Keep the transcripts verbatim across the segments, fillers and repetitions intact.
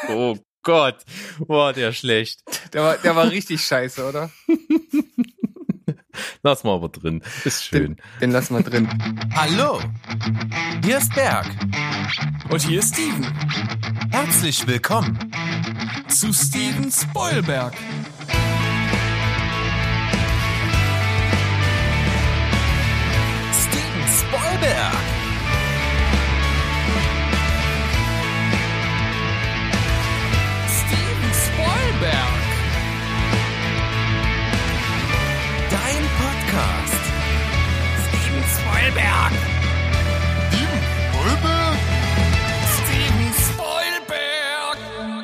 Oh Gott, war der schlecht. Der war, der war richtig scheiße, oder? Lass mal aber drin, ist schön. Den, den lassen wir drin. Hallo, hier ist Berg. Und hier ist Steven. Herzlich willkommen Zu Steven Spoilberg. Steven Spoilberg. Steven Spoilberg. Dein Podcast. Steven Spoilberg. Steven Spoilberg. Steven Spoilberg.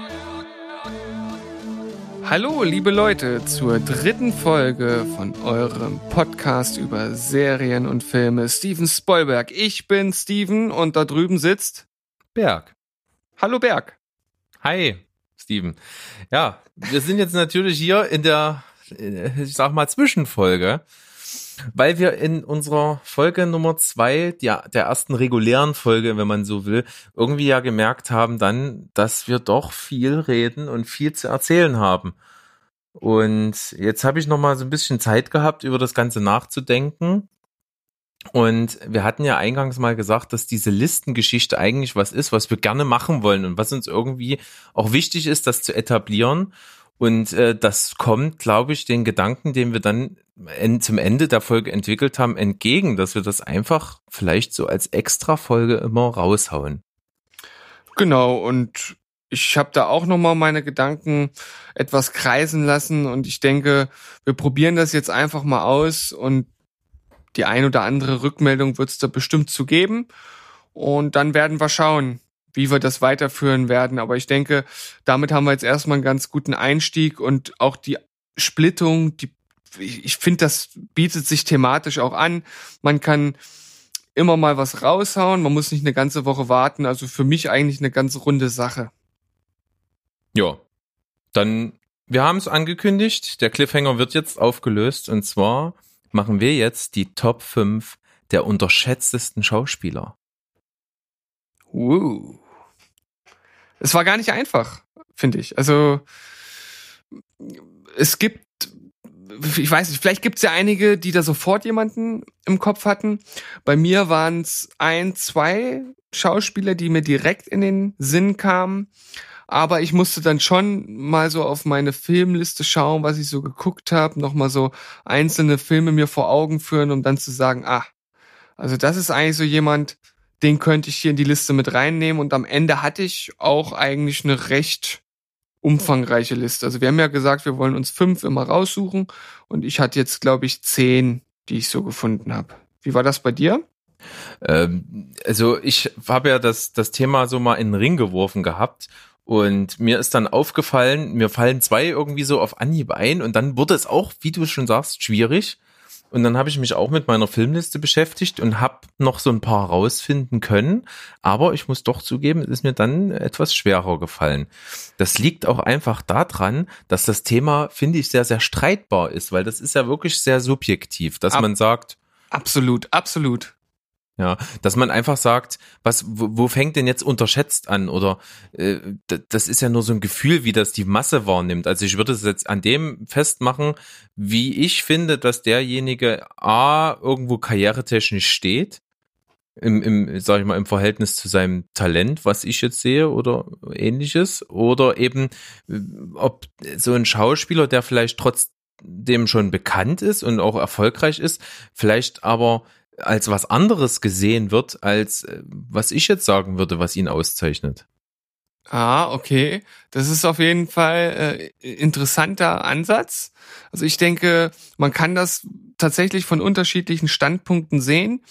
Hallo, liebe Leute, zur dritten Folge von eurem Podcast über Serien und Filme. Steven Spoilberg. Ich bin Steven und da drüben sitzt Berg. Hallo Berg. Hi, Steven. Ja, wir sind jetzt natürlich hier in der, ich sag mal, Zwischenfolge, weil wir in unserer Folge Nummer zwei, der, der ersten regulären Folge, wenn man so will, irgendwie ja gemerkt haben dann, dass wir doch viel reden und viel zu erzählen haben. Und jetzt habe ich noch mal so ein bisschen Zeit gehabt, über das Ganze nachzudenken. Und wir hatten ja eingangs mal gesagt, dass diese Listengeschichte eigentlich was ist, was wir gerne machen wollen und was uns irgendwie auch wichtig ist, das zu etablieren. Und äh, das kommt, glaube ich, den Gedanken, den wir dann en- zum Ende der Folge entwickelt haben, entgegen, dass wir das einfach vielleicht so als Extra-Folge immer raushauen. Genau, und ich habe da auch nochmal meine Gedanken etwas kreisen lassen und ich denke, wir probieren das jetzt einfach mal aus und die ein oder andere Rückmeldung wird es da bestimmt zu geben und dann werden wir schauen, wie wir das weiterführen werden. Aber ich denke, damit haben wir jetzt erstmal einen ganz guten Einstieg und auch die Splittung, die, ich finde, das bietet sich thematisch auch an. Man kann immer mal was raushauen, man muss nicht eine ganze Woche warten. Also für mich eigentlich eine ganz runde Sache. Ja, dann, wir haben es angekündigt, der Cliffhanger wird jetzt aufgelöst und zwar machen wir jetzt die Top fünf der unterschätztesten Schauspieler. Uh. Es war gar nicht einfach, finde ich. Also es gibt, ich weiß nicht, vielleicht gibt es ja einige, die da sofort jemanden im Kopf hatten. Bei mir waren es ein, zwei Schauspieler, die mir direkt in den Sinn kamen. Aber ich musste dann schon mal so auf meine Filmliste schauen, was ich so geguckt habe, nochmal so einzelne Filme mir vor Augen führen, um dann zu sagen, ah, also das ist eigentlich so jemand, den könnte ich hier in die Liste mit reinnehmen. Und am Ende hatte ich auch eigentlich eine recht umfangreiche Liste. Also wir haben ja gesagt, wir wollen uns fünf immer raussuchen. Und ich hatte jetzt, glaube ich, zehn, die ich so gefunden habe. Wie war das bei dir? Ähm, also ich habe ja das, das Thema so mal in den Ring geworfen gehabt. Und mir ist dann aufgefallen, mir fallen zwei irgendwie so auf Anhieb ein und dann wurde es auch, wie du schon sagst, schwierig. Und dann habe ich mich auch mit meiner Filmliste beschäftigt und habe noch so ein paar rausfinden können. Aber ich muss doch zugeben, es ist mir dann etwas schwerer gefallen. Das liegt auch einfach daran, dass das Thema, finde ich, sehr, sehr streitbar ist, weil das ist ja wirklich sehr subjektiv, dass Ab- man sagt, Absolut, absolut. ja, dass man einfach sagt, was, wo, wo fängt denn jetzt unterschätzt an? Oder äh, d- das ist ja nur so ein Gefühl, wie das die Masse wahrnimmt. Also ich würde es jetzt an dem festmachen, wie ich finde, dass derjenige A, irgendwo karrieretechnisch steht, im, im, sag ich mal, im Verhältnis zu seinem Talent, was ich jetzt sehe oder ähnliches. Oder eben, äh, ob so ein Schauspieler, der vielleicht trotzdem schon bekannt ist und auch erfolgreich ist, vielleicht aber als was anderes gesehen wird, als äh, was ich jetzt sagen würde, was ihn auszeichnet. Ah, okay. Das ist auf jeden Fall äh, interessanter Ansatz. Also ich denke, man kann das tatsächlich von unterschiedlichen Standpunkten sehen.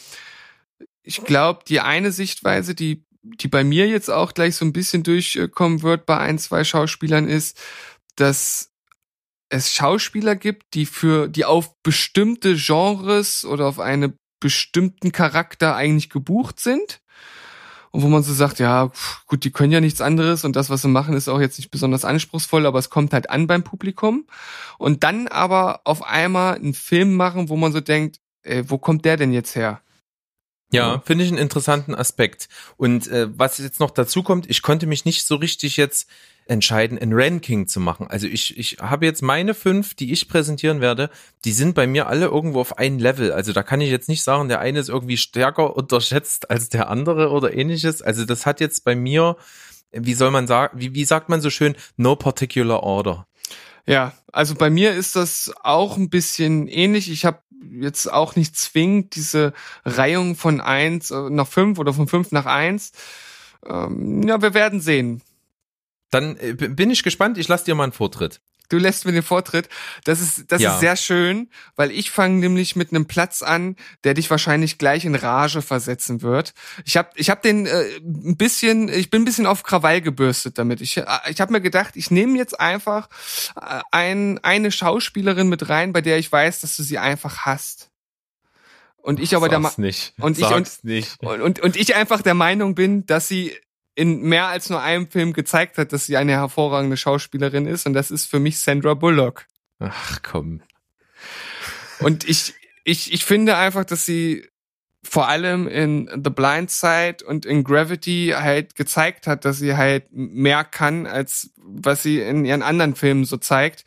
Ich glaube, die eine Sichtweise, die die bei mir jetzt auch gleich so ein bisschen durchkommen wird bei ein, zwei Schauspielern ist, dass es Schauspieler gibt, die für die auf bestimmte Genres oder auf eine bestimmten Charakter eigentlich gebucht sind und wo man so sagt, ja, gut, die können ja nichts anderes und das, was sie machen, ist auch jetzt nicht besonders anspruchsvoll, aber es kommt halt an beim Publikum und dann aber auf einmal einen Film machen, wo man so denkt, ey, wo kommt der denn jetzt her? Ja, finde ich einen interessanten Aspekt. Und äh, was jetzt noch dazu kommt, ich konnte mich nicht so richtig jetzt entscheiden, ein Ranking zu machen. Also ich ich habe jetzt meine fünf, die ich präsentieren werde, die sind bei mir alle irgendwo auf ein Level. Also da kann ich jetzt nicht sagen, der eine ist irgendwie stärker unterschätzt als der andere oder ähnliches. Also das hat jetzt bei mir, wie soll man sagen, wie, wie sagt man so schön, no particular order. Ja, also bei mir ist das auch ein bisschen ähnlich. Ich habe jetzt auch nicht zwingend diese Reihung von eins nach fünf oder von fünf nach eins. Ähm, ja, wir werden sehen. Dann äh, bin ich gespannt. Ich lasse dir mal einen Vortritt. Du lässt mir den Vortritt. Das ist, das Ja. ist sehr schön, weil ich fange nämlich mit einem Platz an, der dich wahrscheinlich gleich in Rage versetzen wird. Ich habe, ich habe den äh, ein bisschen, ich bin ein bisschen auf Krawall gebürstet damit. Ich, äh, ich habe mir gedacht, ich nehme jetzt einfach äh, ein, eine Schauspielerin mit rein, bei der ich weiß, dass du sie einfach hasst. Und ich aber der Ma- Sag's nicht. und ich Sag's und, nicht. und und und ich einfach der Meinung bin, dass sie in mehr als nur einem Film gezeigt hat, dass sie eine hervorragende Schauspielerin ist, und das ist für mich Sandra Bullock. Ach komm. Und ich ich ich finde einfach, dass sie vor allem in The Blind Side und in Gravity halt gezeigt hat, dass sie halt mehr kann, als was sie in ihren anderen Filmen so zeigt,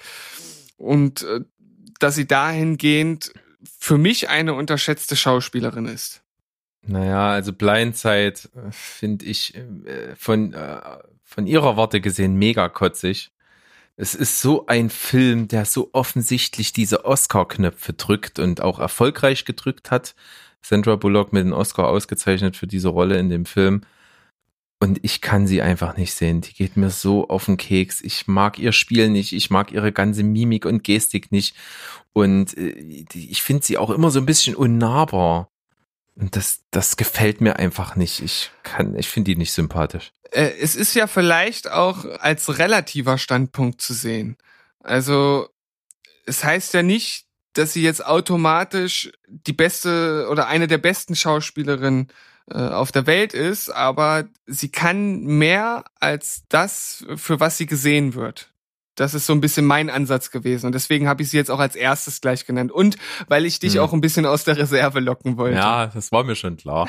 und äh, dass sie dahingehend für mich eine unterschätzte Schauspielerin ist. Naja, also Blindside äh, finde ich äh, von, äh, von ihrer Warte gesehen mega kotzig. Es ist so ein Film, der so offensichtlich diese Oscar-Knöpfe drückt und auch erfolgreich gedrückt hat. Sandra Bullock mit dem Oscar ausgezeichnet für diese Rolle in dem Film. Und ich kann sie einfach nicht sehen. Die geht mir so auf den Keks. Ich mag ihr Spiel nicht. Ich mag ihre ganze Mimik und Gestik nicht. Und äh, ich finde sie auch immer so ein bisschen unnahbar. Und das, das gefällt mir einfach nicht. Ich kann, ich finde die nicht sympathisch. Äh, es ist ja vielleicht auch als relativer Standpunkt zu sehen. Also, es heißt ja nicht, dass sie jetzt automatisch die beste oder eine der besten Schauspielerinnen äh, auf der Welt ist, aber sie kann mehr als das, für was sie gesehen wird. Das ist so ein bisschen mein Ansatz gewesen, und deswegen habe ich sie jetzt auch als erstes gleich genannt. Und weil ich dich Hm. auch ein bisschen aus der Reserve locken wollte. Ja, das war mir schon klar.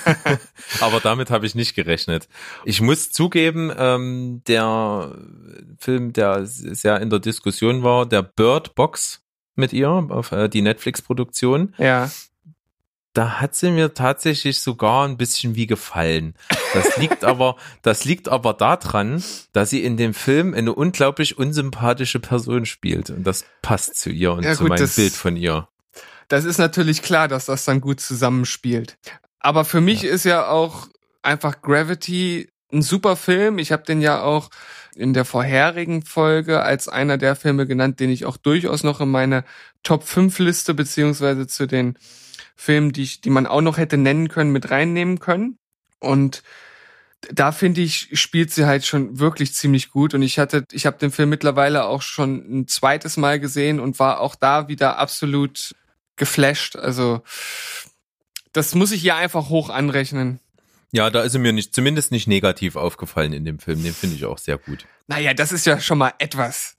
Aber damit habe ich nicht gerechnet. Ich muss zugeben, ähm, der Film, der sehr in der Diskussion war, der Bird Box mit ihr, auf äh, die Netflix-Produktion, Ja. da hat sie mir tatsächlich sogar ein bisschen wie gefallen. Das liegt aber, das liegt aber daran, dass sie in dem Film eine unglaublich unsympathische Person spielt. Und das passt zu ihr und Ja, zu gut, meinem das- Bild von ihr. Das ist natürlich klar, dass das dann gut zusammenspielt. Aber für mich ist ja auch einfach Gravity ein super Film. Ich habe den ja auch in der vorherigen Folge als einer der Filme genannt, den ich auch durchaus noch in meine Top fünf Liste beziehungsweise zu den Filmen, die ich, die man auch noch hätte nennen können, mit reinnehmen können. Und da finde ich, spielt sie halt schon wirklich ziemlich gut. Und ich hatte, ich habe den Film mittlerweile auch schon ein zweites Mal gesehen und war auch da wieder absolut geflasht. Also das muss ich hier einfach hoch anrechnen. Ja, da ist sie mir nicht, zumindest nicht negativ aufgefallen in dem Film. Den finde ich auch sehr gut. Naja, das ist ja schon mal etwas.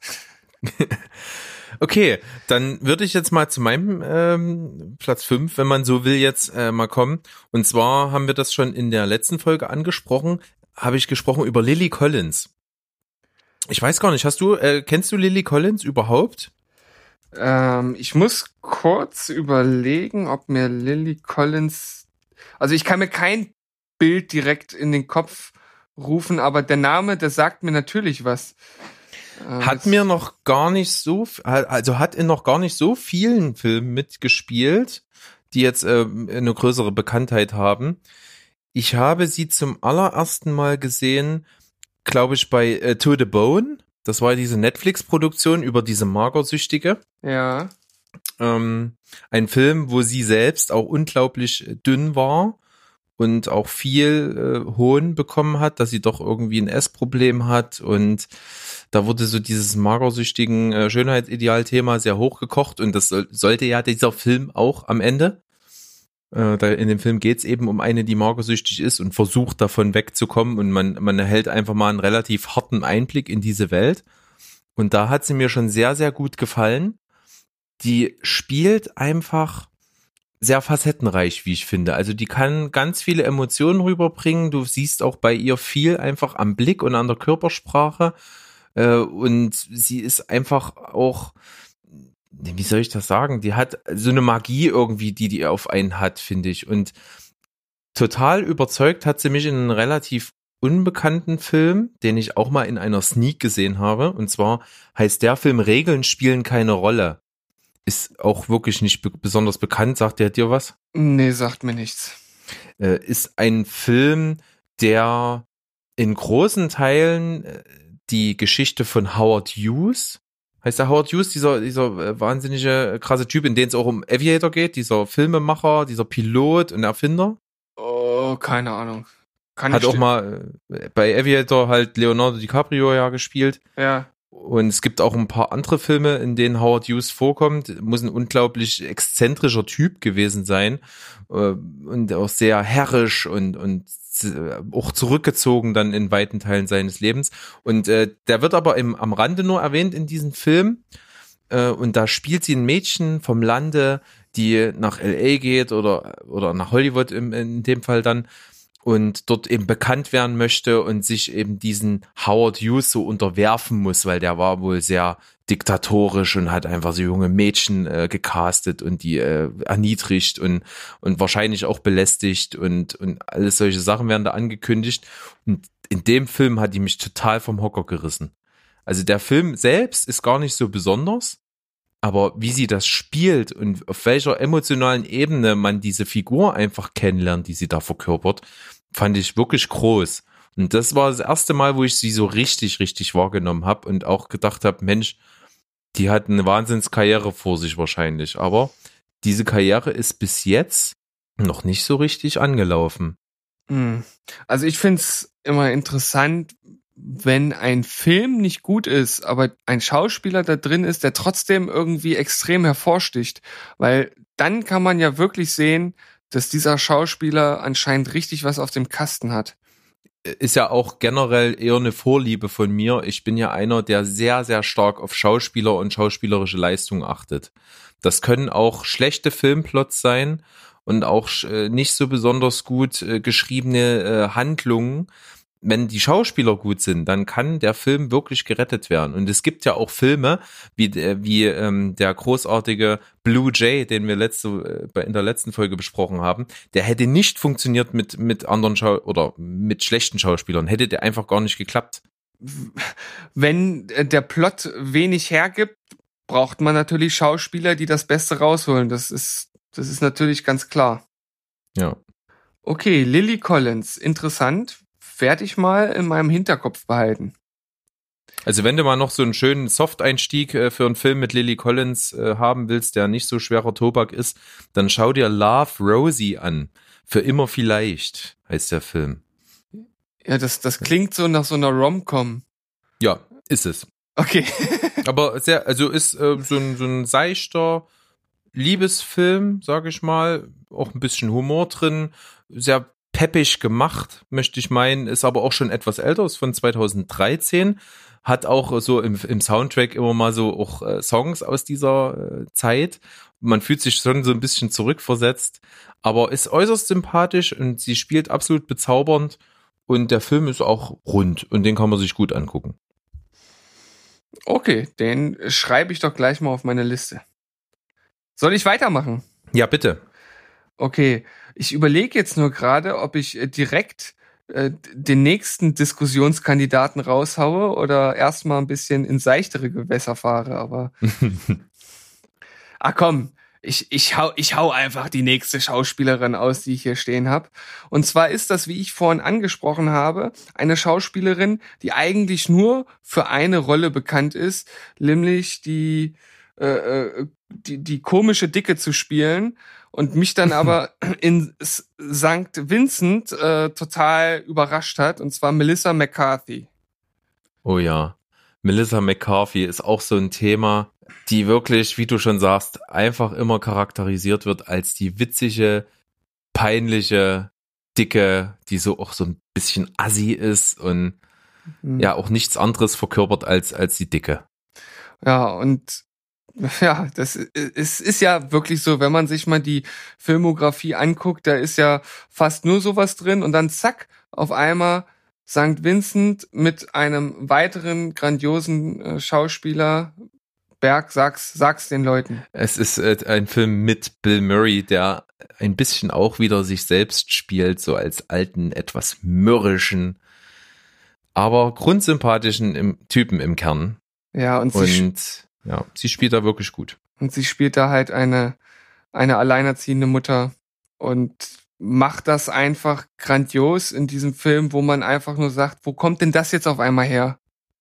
Okay, dann würde ich jetzt mal zu meinem ähm, Platz fünf, wenn man so will, jetzt äh, mal kommen. Und zwar haben wir das schon in der letzten Folge angesprochen, habe ich gesprochen über Lily Collins. Ich weiß gar nicht, hast du, äh, kennst du Lily Collins überhaupt? Ähm, ich muss kurz überlegen, ob mir Lily Collins, also ich kann mir kein Bild direkt in den Kopf rufen, aber der Name, der sagt mir natürlich was. Ähm, Hat mir noch gar nicht so, also hat in noch gar nicht so vielen Filmen mitgespielt, die jetzt äh, eine größere Bekanntheit haben. Ich habe sie zum allerersten Mal gesehen, glaube ich, bei äh, To the Bone. Das war diese Netflix-Produktion über diese Magersüchtige. Ja. Ähm, ein Film, wo sie selbst auch unglaublich dünn war und auch viel äh, Hohn bekommen hat, dass sie doch irgendwie ein Essproblem hat, und da wurde so dieses magersüchtigen äh, Schönheitsideal-Thema sehr hochgekocht, und das soll, sollte ja dieser Film auch am Ende. Äh, da in dem Film geht's eben um eine, die magersüchtig ist und versucht davon wegzukommen, und man, man erhält einfach mal einen relativ harten Einblick in diese Welt, und da hat sie mir schon sehr, sehr gut gefallen. Die spielt einfach sehr facettenreich, wie ich finde. Also die kann ganz viele Emotionen rüberbringen. Du siehst auch bei ihr viel einfach am Blick und an der Körpersprache. Äh, und sie ist einfach auch, wie soll ich das sagen? Die hat so eine Magie irgendwie, die die auf einen hat, finde ich. Und total überzeugt hat sie mich in einen relativ unbekannten Film, den ich auch mal in einer Sneak gesehen habe. Und zwar heißt der Film Regeln spielen keine Rolle. Ist auch wirklich nicht be- besonders bekannt. Sagt der dir was? Nee, sagt mir nichts. Äh, ist ein Film, der in großen Teilen äh, die Geschichte von Howard Hughes, heißt der Howard Hughes, dieser, dieser äh, wahnsinnige, krasse Typ, in dem es auch um Aviator geht, dieser Filmemacher, dieser Pilot und Erfinder. Oh, keine Ahnung. Kann Hat ich auch sti- mal äh, bei Aviator halt Leonardo DiCaprio ja gespielt. Ja. Und es gibt auch ein paar andere Filme, in denen Howard Hughes vorkommt. Muss ein unglaublich exzentrischer Typ gewesen sein äh, und auch sehr herrisch und und äh, auch zurückgezogen dann in weiten Teilen seines Lebens. Und äh, der wird aber im, am Rande nur erwähnt in diesem Film. Äh, und da spielt sie ein Mädchen vom Lande, die nach L A geht oder oder nach Hollywood im, in dem Fall dann. Und dort eben bekannt werden möchte und sich eben diesen Howard Hughes so unterwerfen muss, weil der war wohl sehr diktatorisch und hat einfach so junge Mädchen äh, gecastet und die äh, erniedrigt und und wahrscheinlich auch belästigt und und alles solche Sachen werden da angekündigt. Und in dem Film hat die mich total vom Hocker gerissen. Also der Film selbst ist gar nicht so besonders, aber wie sie das spielt und auf welcher emotionalen Ebene man diese Figur einfach kennenlernt, die sie da verkörpert, fand ich wirklich groß. Und das war das erste Mal, wo ich sie so richtig, richtig wahrgenommen habe und auch gedacht habe, Mensch, die hat eine Wahnsinnskarriere vor sich wahrscheinlich. Aber diese Karriere ist bis jetzt noch nicht so richtig angelaufen. Hm. Also ich find's immer interessant, wenn ein Film nicht gut ist, aber ein Schauspieler da drin ist, der trotzdem irgendwie extrem hervorsticht. Weil dann kann man ja wirklich sehen, dass dieser Schauspieler anscheinend richtig was auf dem Kasten hat. Ist ja auch generell eher eine Vorliebe von mir. Ich bin ja einer, der sehr, sehr stark auf Schauspieler und schauspielerische Leistung achtet. Das können auch schlechte Filmplots sein und auch äh, nicht so besonders gut äh, geschriebene äh, Handlungen. Wenn die Schauspieler gut sind, dann kann der Film wirklich gerettet werden. Und es gibt ja auch Filme, wie, äh, wie ähm, der großartige Blue Jay, den wir letzte, äh, in der letzten Folge besprochen haben, der hätte nicht funktioniert mit, mit anderen Schau- oder mit schlechten Schauspielern. Hätte der einfach gar nicht geklappt. Wenn äh, der Plot wenig hergibt, braucht man natürlich Schauspieler, die das Beste rausholen. Das ist, das ist natürlich ganz klar. Ja. Okay, Lily Collins, interessant. Werde ich mal in meinem Hinterkopf behalten. Also wenn du mal noch so einen schönen Soft-Einstieg äh, für einen Film mit Lily Collins äh, haben willst, der nicht so schwerer Tobak ist, dann schau dir Love, Rosie an. Für immer vielleicht heißt der Film. Ja, das, das klingt so nach so einer Rom-Com. Ja, ist es. Okay. Aber sehr, also ist äh, so, ein, so ein seichter Liebesfilm, sag ich mal. Auch ein bisschen Humor drin. Sehr peppig gemacht, möchte ich meinen, ist aber auch schon etwas älter, ist von zweitausenddreizehn, hat auch so im, im Soundtrack immer mal so auch äh, Songs aus dieser äh, Zeit. Man fühlt sich schon so ein bisschen zurückversetzt, aber ist äußerst sympathisch und sie spielt absolut bezaubernd und der Film ist auch rund und den kann man sich gut angucken. Okay, den schreibe ich doch gleich mal auf meine Liste. Soll ich weitermachen? Ja, bitte. Okay, ich überlege jetzt nur gerade, ob ich äh, direkt äh, den nächsten Diskussionskandidaten raushaue oder erstmal ein bisschen in seichtere Gewässer fahre, aber ah komm, ich, ich, hau, ich hau einfach die nächste Schauspielerin aus, die ich hier stehen habe. Und zwar ist das, wie ich vorhin angesprochen habe, eine Schauspielerin, die eigentlich nur für eine Rolle bekannt ist, nämlich die, äh, die, die komische Dicke zu spielen. Und mich dann aber in Sankt Vincent äh, total überrascht hat, und zwar Melissa McCarthy. Oh ja, Melissa McCarthy ist auch so ein Thema, die wirklich, wie du schon sagst, einfach immer charakterisiert wird als die witzige, peinliche, dicke, die so auch so ein bisschen assi ist und Hm. ja auch nichts anderes verkörpert als als die Dicke. Ja, und Ja, das ist, ist ja wirklich so, wenn man sich mal die Filmografie anguckt, da ist ja fast nur sowas drin und dann zack, auf einmal Sankt Vincent mit einem weiteren grandiosen äh, Schauspieler. Berg, sag's, sag's den Leuten. Es ist äh, ein Film mit Bill Murray, der ein bisschen auch wieder sich selbst spielt, so als alten, etwas mürrischen, aber grundsympathischen im, Typen im Kern. Ja, und, Und sie, ja, sie spielt da wirklich gut. und sie spielt da halt eine, eine alleinerziehende Mutter und macht das einfach grandios in diesem Film, wo man einfach nur sagt, wo kommt denn das jetzt auf einmal her?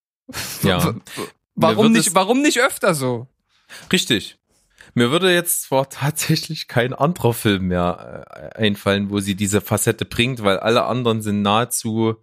Ja. Warum nicht, warum nicht öfter so? Richtig. Mir würde jetzt zwar tatsächlich kein anderer Film mehr äh, einfallen, wo sie diese Facette bringt, weil alle anderen sind nahezu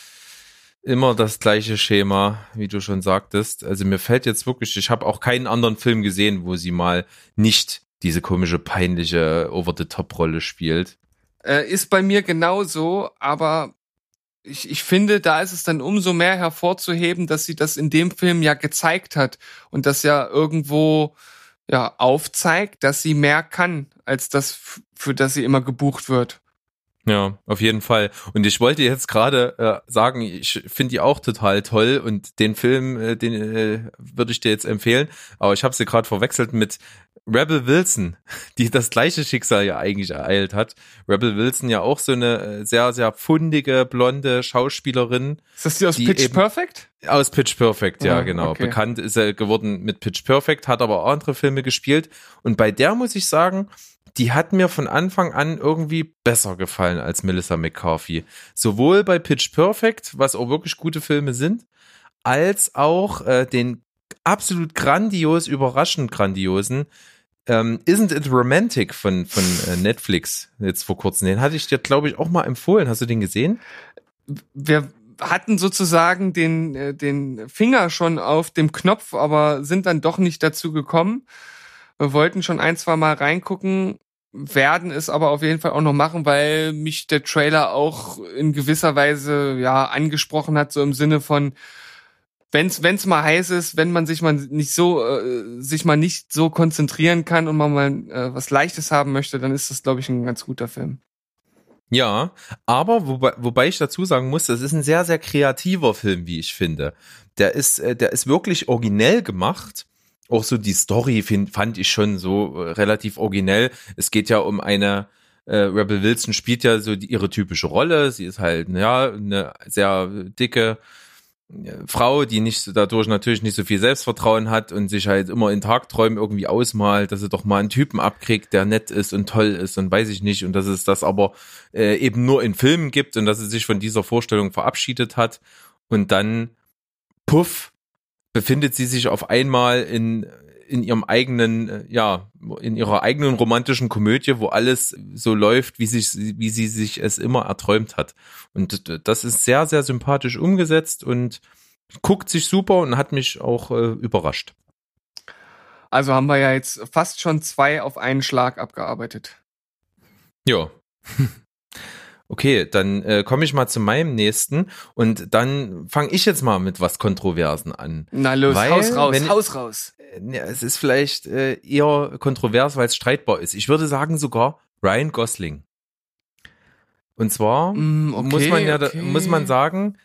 immer das gleiche Schema, wie du schon sagtest. Also mir fällt jetzt wirklich, ich habe auch keinen anderen Film gesehen, wo sie mal nicht diese komische, peinliche Over-the-Top-Rolle spielt. Äh, ist bei mir genauso, aber ich, ich finde, da ist es dann umso mehr hervorzuheben, dass sie das in dem Film ja gezeigt hat und das ja irgendwo ja aufzeigt, dass sie mehr kann, als das, für das sie immer gebucht wird. Ja, auf jeden Fall. Und ich wollte jetzt gerade äh, sagen, ich finde die auch total toll und den Film, äh, den äh, würde ich dir jetzt empfehlen, aber ich habe sie gerade verwechselt mit Rebel Wilson, die das gleiche Schicksal ja eigentlich ereilt hat. Rebel Wilson ja auch so eine sehr, sehr pfundige, blonde Schauspielerin. Ist das die aus die Pitch eben- Perfect? Aus Pitch Perfect, ja, Ah, genau. okay. Bekannt ist er geworden mit Pitch Perfect, hat aber auch andere Filme gespielt. Und bei der muss ich sagen, die hat mir von Anfang an irgendwie besser gefallen als Melissa McCarthy. Sowohl bei Pitch Perfect, was auch wirklich gute Filme sind, als auch äh, den absolut grandios, überraschend grandiosen ähm, Isn't It Romantic von, von äh, Netflix jetzt vor kurzem. Den hatte ich dir, glaube ich, auch mal empfohlen. Hast du den gesehen? Wir hatten sozusagen den, äh, den Finger schon auf dem Knopf, aber sind dann doch nicht dazu gekommen. Wir wollten schon ein, zwei Mal reingucken, werden es aber auf jeden Fall auch noch machen, weil mich der Trailer auch in gewisser Weise ja angesprochen hat, so im Sinne von, wenn's wenn's mal heiß ist, wenn man sich mal nicht so äh, sich mal nicht so konzentrieren kann und man mal äh, was Leichtes haben möchte, dann ist das, glaube ich, ein ganz guter Film. Ja, aber wobei, wobei ich dazu sagen muss, das ist ein sehr, sehr kreativer Film, wie ich finde. Der ist, äh, der ist wirklich originell gemacht. Auch so die Story find, fand ich schon so äh, relativ originell. Es geht ja um eine, äh, Rebel Wilson spielt ja so die, ihre typische Rolle. Sie ist halt, ja, eine sehr dicke äh, Frau, die nicht dadurch natürlich nicht so viel Selbstvertrauen hat und sich halt immer in Tagträumen irgendwie ausmalt, dass sie doch mal einen Typen abkriegt, der nett ist und toll ist und weiß ich nicht. Und dass es das aber äh, eben nur in Filmen gibt und dass sie sich von dieser Vorstellung verabschiedet hat. Und dann, puff, befindet sie sich auf einmal in in ihrem eigenen, äh, ja, in ihrer eigenen romantischen Komödie, wo alles so läuft, wie sich, wie sie sich es immer erträumt hat. Und das ist sehr, sehr sympathisch umgesetzt und guckt sich super und hat mich auch äh, überrascht. Also haben wir ja jetzt fast schon zwei auf einen Schlag abgearbeitet. Ja. Okay, dann äh, komme ich mal zu meinem nächsten und dann fange ich jetzt mal mit was Kontroversen an. Na los, Weil, Haus raus, wenn- Haus raus. Ja, es ist vielleicht äh, eher kontrovers, weil es streitbar ist. Ich würde sagen sogar Ryan Gosling. Und zwar Mm, okay, muss man ja, da- okay. muss man sagen,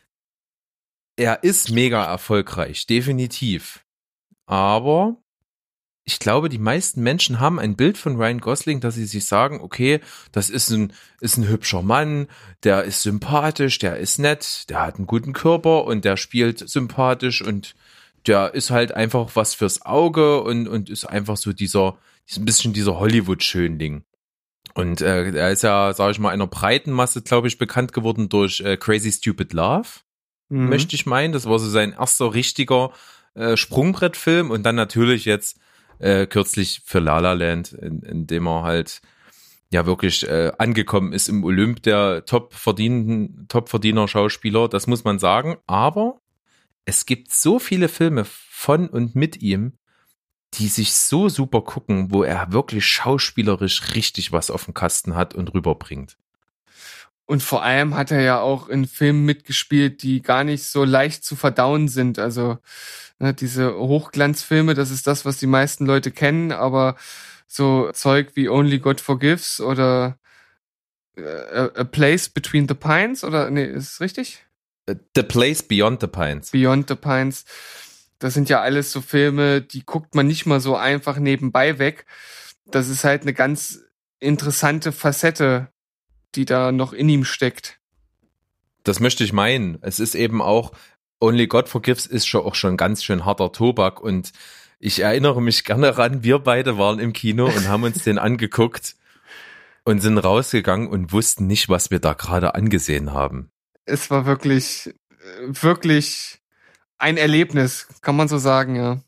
er ist mega erfolgreich, definitiv. Aber ich glaube, die meisten Menschen haben ein Bild von Ryan Gosling, dass sie sich sagen, okay, das ist ein, ist ein hübscher Mann, der ist sympathisch, der ist nett, der hat einen guten Körper und der spielt sympathisch und der ist halt einfach was fürs Auge und, und ist einfach so dieser, ist ein bisschen dieser Hollywood-Schönling. Und äh, er ist ja, sage ich mal, einer breiten Masse, glaube ich, bekannt geworden durch äh, Crazy Stupid Love, Mhm. möchte ich meinen. Das war so sein erster richtiger äh, Sprungbrettfilm und dann natürlich jetzt äh, kürzlich für La La Land, in, in dem er halt ja wirklich äh, angekommen ist im Olymp der top-verdienenden, Top-Verdiener-Schauspieler, das muss man sagen. Aber es gibt so viele Filme von und mit ihm, die sich so super gucken, wo er wirklich schauspielerisch richtig was auf dem Kasten hat und rüberbringt. Und vor allem hat er ja auch in Filmen mitgespielt, die gar nicht so leicht zu verdauen sind. Also ne, diese Hochglanzfilme, das ist das, was die meisten Leute kennen, aber so Zeug wie Only God Forgives oder äh, A Place Between the Pines oder nee, ist es richtig? The Place Beyond the Pines. Beyond the Pines. Das sind ja alles so Filme, die guckt man nicht mal so einfach nebenbei weg. Das ist halt eine ganz interessante Facette, die da noch in ihm steckt. Das möchte ich meinen. Es ist eben auch, Only God Forgives ist schon auch schon ganz schön harter Tobak und ich erinnere mich gerne daran, wir beide waren im Kino und haben uns den angeguckt und sind rausgegangen und wussten nicht, was wir da gerade angesehen haben. Es war wirklich, wirklich ein Erlebnis, kann man so sagen, ja.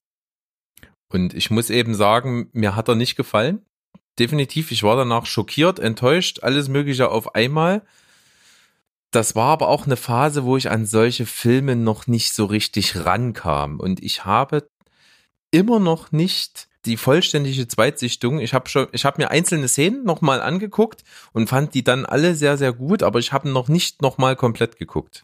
Und ich muss eben sagen, mir hat er nicht gefallen. Definitiv, ich war danach schockiert, enttäuscht, alles Mögliche auf einmal. Das war aber auch eine Phase, wo ich an solche Filme noch nicht so richtig rankam. Und ich habe immer noch nicht die vollständige Zweitsichtung. Ich habe schon, ich habe mir einzelne Szenen nochmal angeguckt und fand die dann alle sehr, sehr gut, aber ich habe noch nicht nochmal komplett geguckt.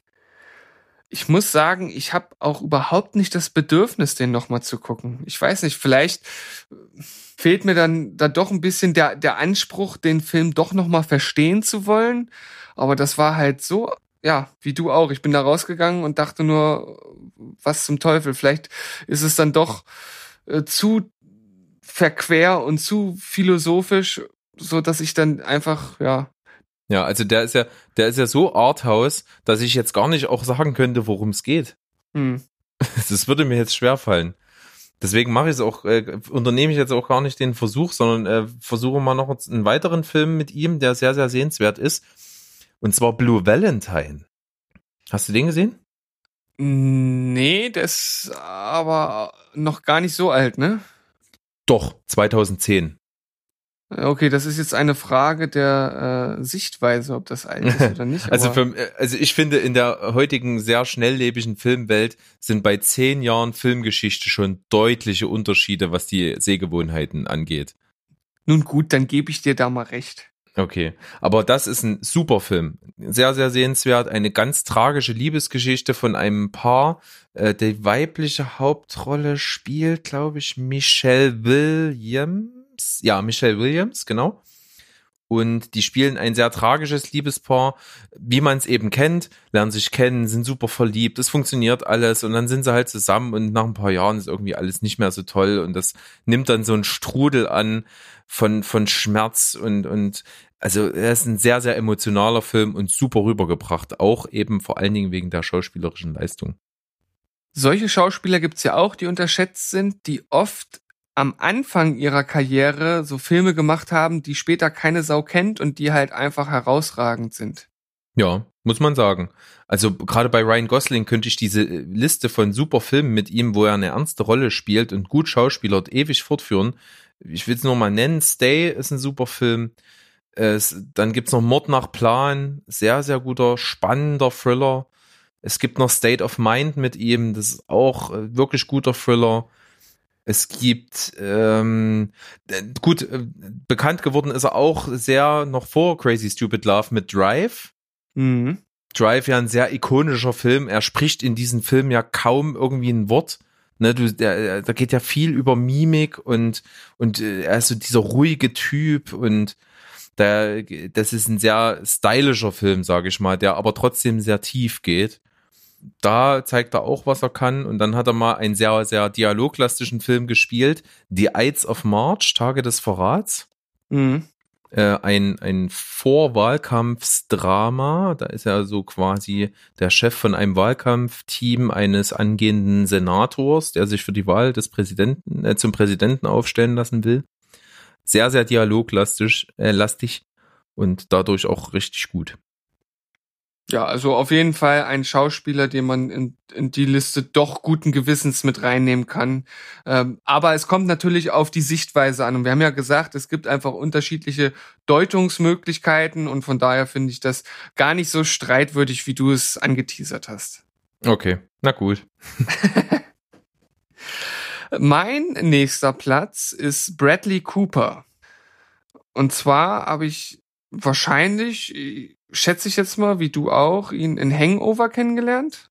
Ich muss sagen, ich habe auch überhaupt nicht das Bedürfnis, den nochmal zu gucken. Ich weiß nicht, vielleicht fehlt mir dann da doch ein bisschen der der Anspruch, den Film doch nochmal verstehen zu wollen. Aber das war halt so, ja, wie du auch. Ich bin da rausgegangen und dachte nur, was zum Teufel. Vielleicht ist es dann doch äh, zu verquer und zu philosophisch, so dass ich dann einfach, ja. Ja, also der ist ja, der ist ja so Arthouse, dass ich jetzt gar nicht auch sagen könnte, worum es geht. Hm. Das würde mir jetzt schwerfallen. Deswegen mache ich es auch, äh, unternehme ich jetzt auch gar nicht den Versuch, sondern äh, versuche mal noch einen weiteren Film mit ihm, der sehr, sehr sehenswert ist. Und zwar Blue Valentine. Hast du den gesehen? Nee, der ist aber noch gar nicht so alt, ne? Doch, zweitausendzehn. Okay, das ist jetzt eine Frage der äh, Sichtweise, ob das alt ist oder nicht. Also, aber für, also ich finde, in der heutigen sehr schnelllebigen Filmwelt sind bei zehn Jahren Filmgeschichte schon deutliche Unterschiede, was die Sehgewohnheiten angeht. Nun gut, dann gebe ich dir da mal recht. Okay, aber das ist ein super Film. Sehr, sehr sehenswert. Eine ganz tragische Liebesgeschichte von einem Paar. Äh, die weibliche Hauptrolle spielt, glaube ich, Michelle Williams. Ja, Michelle Williams, genau. Und die spielen ein sehr tragisches Liebespaar, wie man es eben kennt, lernen sich kennen, sind super verliebt, es funktioniert alles und dann sind sie halt zusammen und nach ein paar Jahren ist irgendwie alles nicht mehr so toll und das nimmt dann so einen Strudel an von von Schmerz und und also er ist ein sehr, sehr emotionaler Film und super rübergebracht, auch eben vor allen Dingen wegen der schauspielerischen Leistung. Solche Schauspieler gibt's ja auch, die unterschätzt sind, die oft am Anfang ihrer Karriere so Filme gemacht haben, die später keine Sau kennt und die halt einfach herausragend sind. Ja, muss man sagen. Also gerade bei Ryan Gosling könnte ich diese Liste von super Filmen mit ihm, wo er eine ernste Rolle spielt und gut schauspielert, ewig fortführen. Ich will es nur mal nennen. Stay ist ein super Film. Es, dann gibt's noch Mord nach Plan. Sehr, sehr guter, spannender Thriller. Es gibt noch State of Mind mit ihm. Das ist auch äh, wirklich guter Thriller. Es gibt, ähm, gut, äh, bekannt geworden ist er auch sehr noch vor Crazy Stupid Love mit Drive. Mhm. Drive ja ein sehr ikonischer Film. Er spricht in diesem Film ja kaum irgendwie ein Wort. Ne, du, der, da geht ja viel über Mimik und und äh, er ist so dieser ruhige Typ und der, das ist ein sehr stylischer Film, sage ich mal, der aber trotzdem sehr tief geht. Da zeigt er auch, was er kann. Und dann hat er mal einen sehr, sehr dialoglastischen Film gespielt. The Ides of March, Tage des Verrats. Mhm. Äh, ein, ein Vorwahlkampfsdrama. Da ist er so quasi der Chef von einem Wahlkampfteam eines angehenden Senators, der sich für die Wahl des Präsidenten, äh, zum Präsidenten aufstellen lassen will. Sehr, sehr dialoglastig, äh, lastig und dadurch auch richtig gut. Ja, also auf jeden Fall ein Schauspieler, den man in, in die Liste doch guten Gewissens mit reinnehmen kann. Ähm, aber es kommt natürlich auf die Sichtweise an. Und wir haben ja gesagt, es gibt einfach unterschiedliche Deutungsmöglichkeiten. Und von daher finde ich das gar nicht so streitwürdig, wie du es angeteasert hast. Okay, na gut. Mein nächster Platz ist Bradley Cooper. Und zwar habe ich wahrscheinlich schätze ich jetzt mal, wie du auch, ihn in Hangover kennengelernt.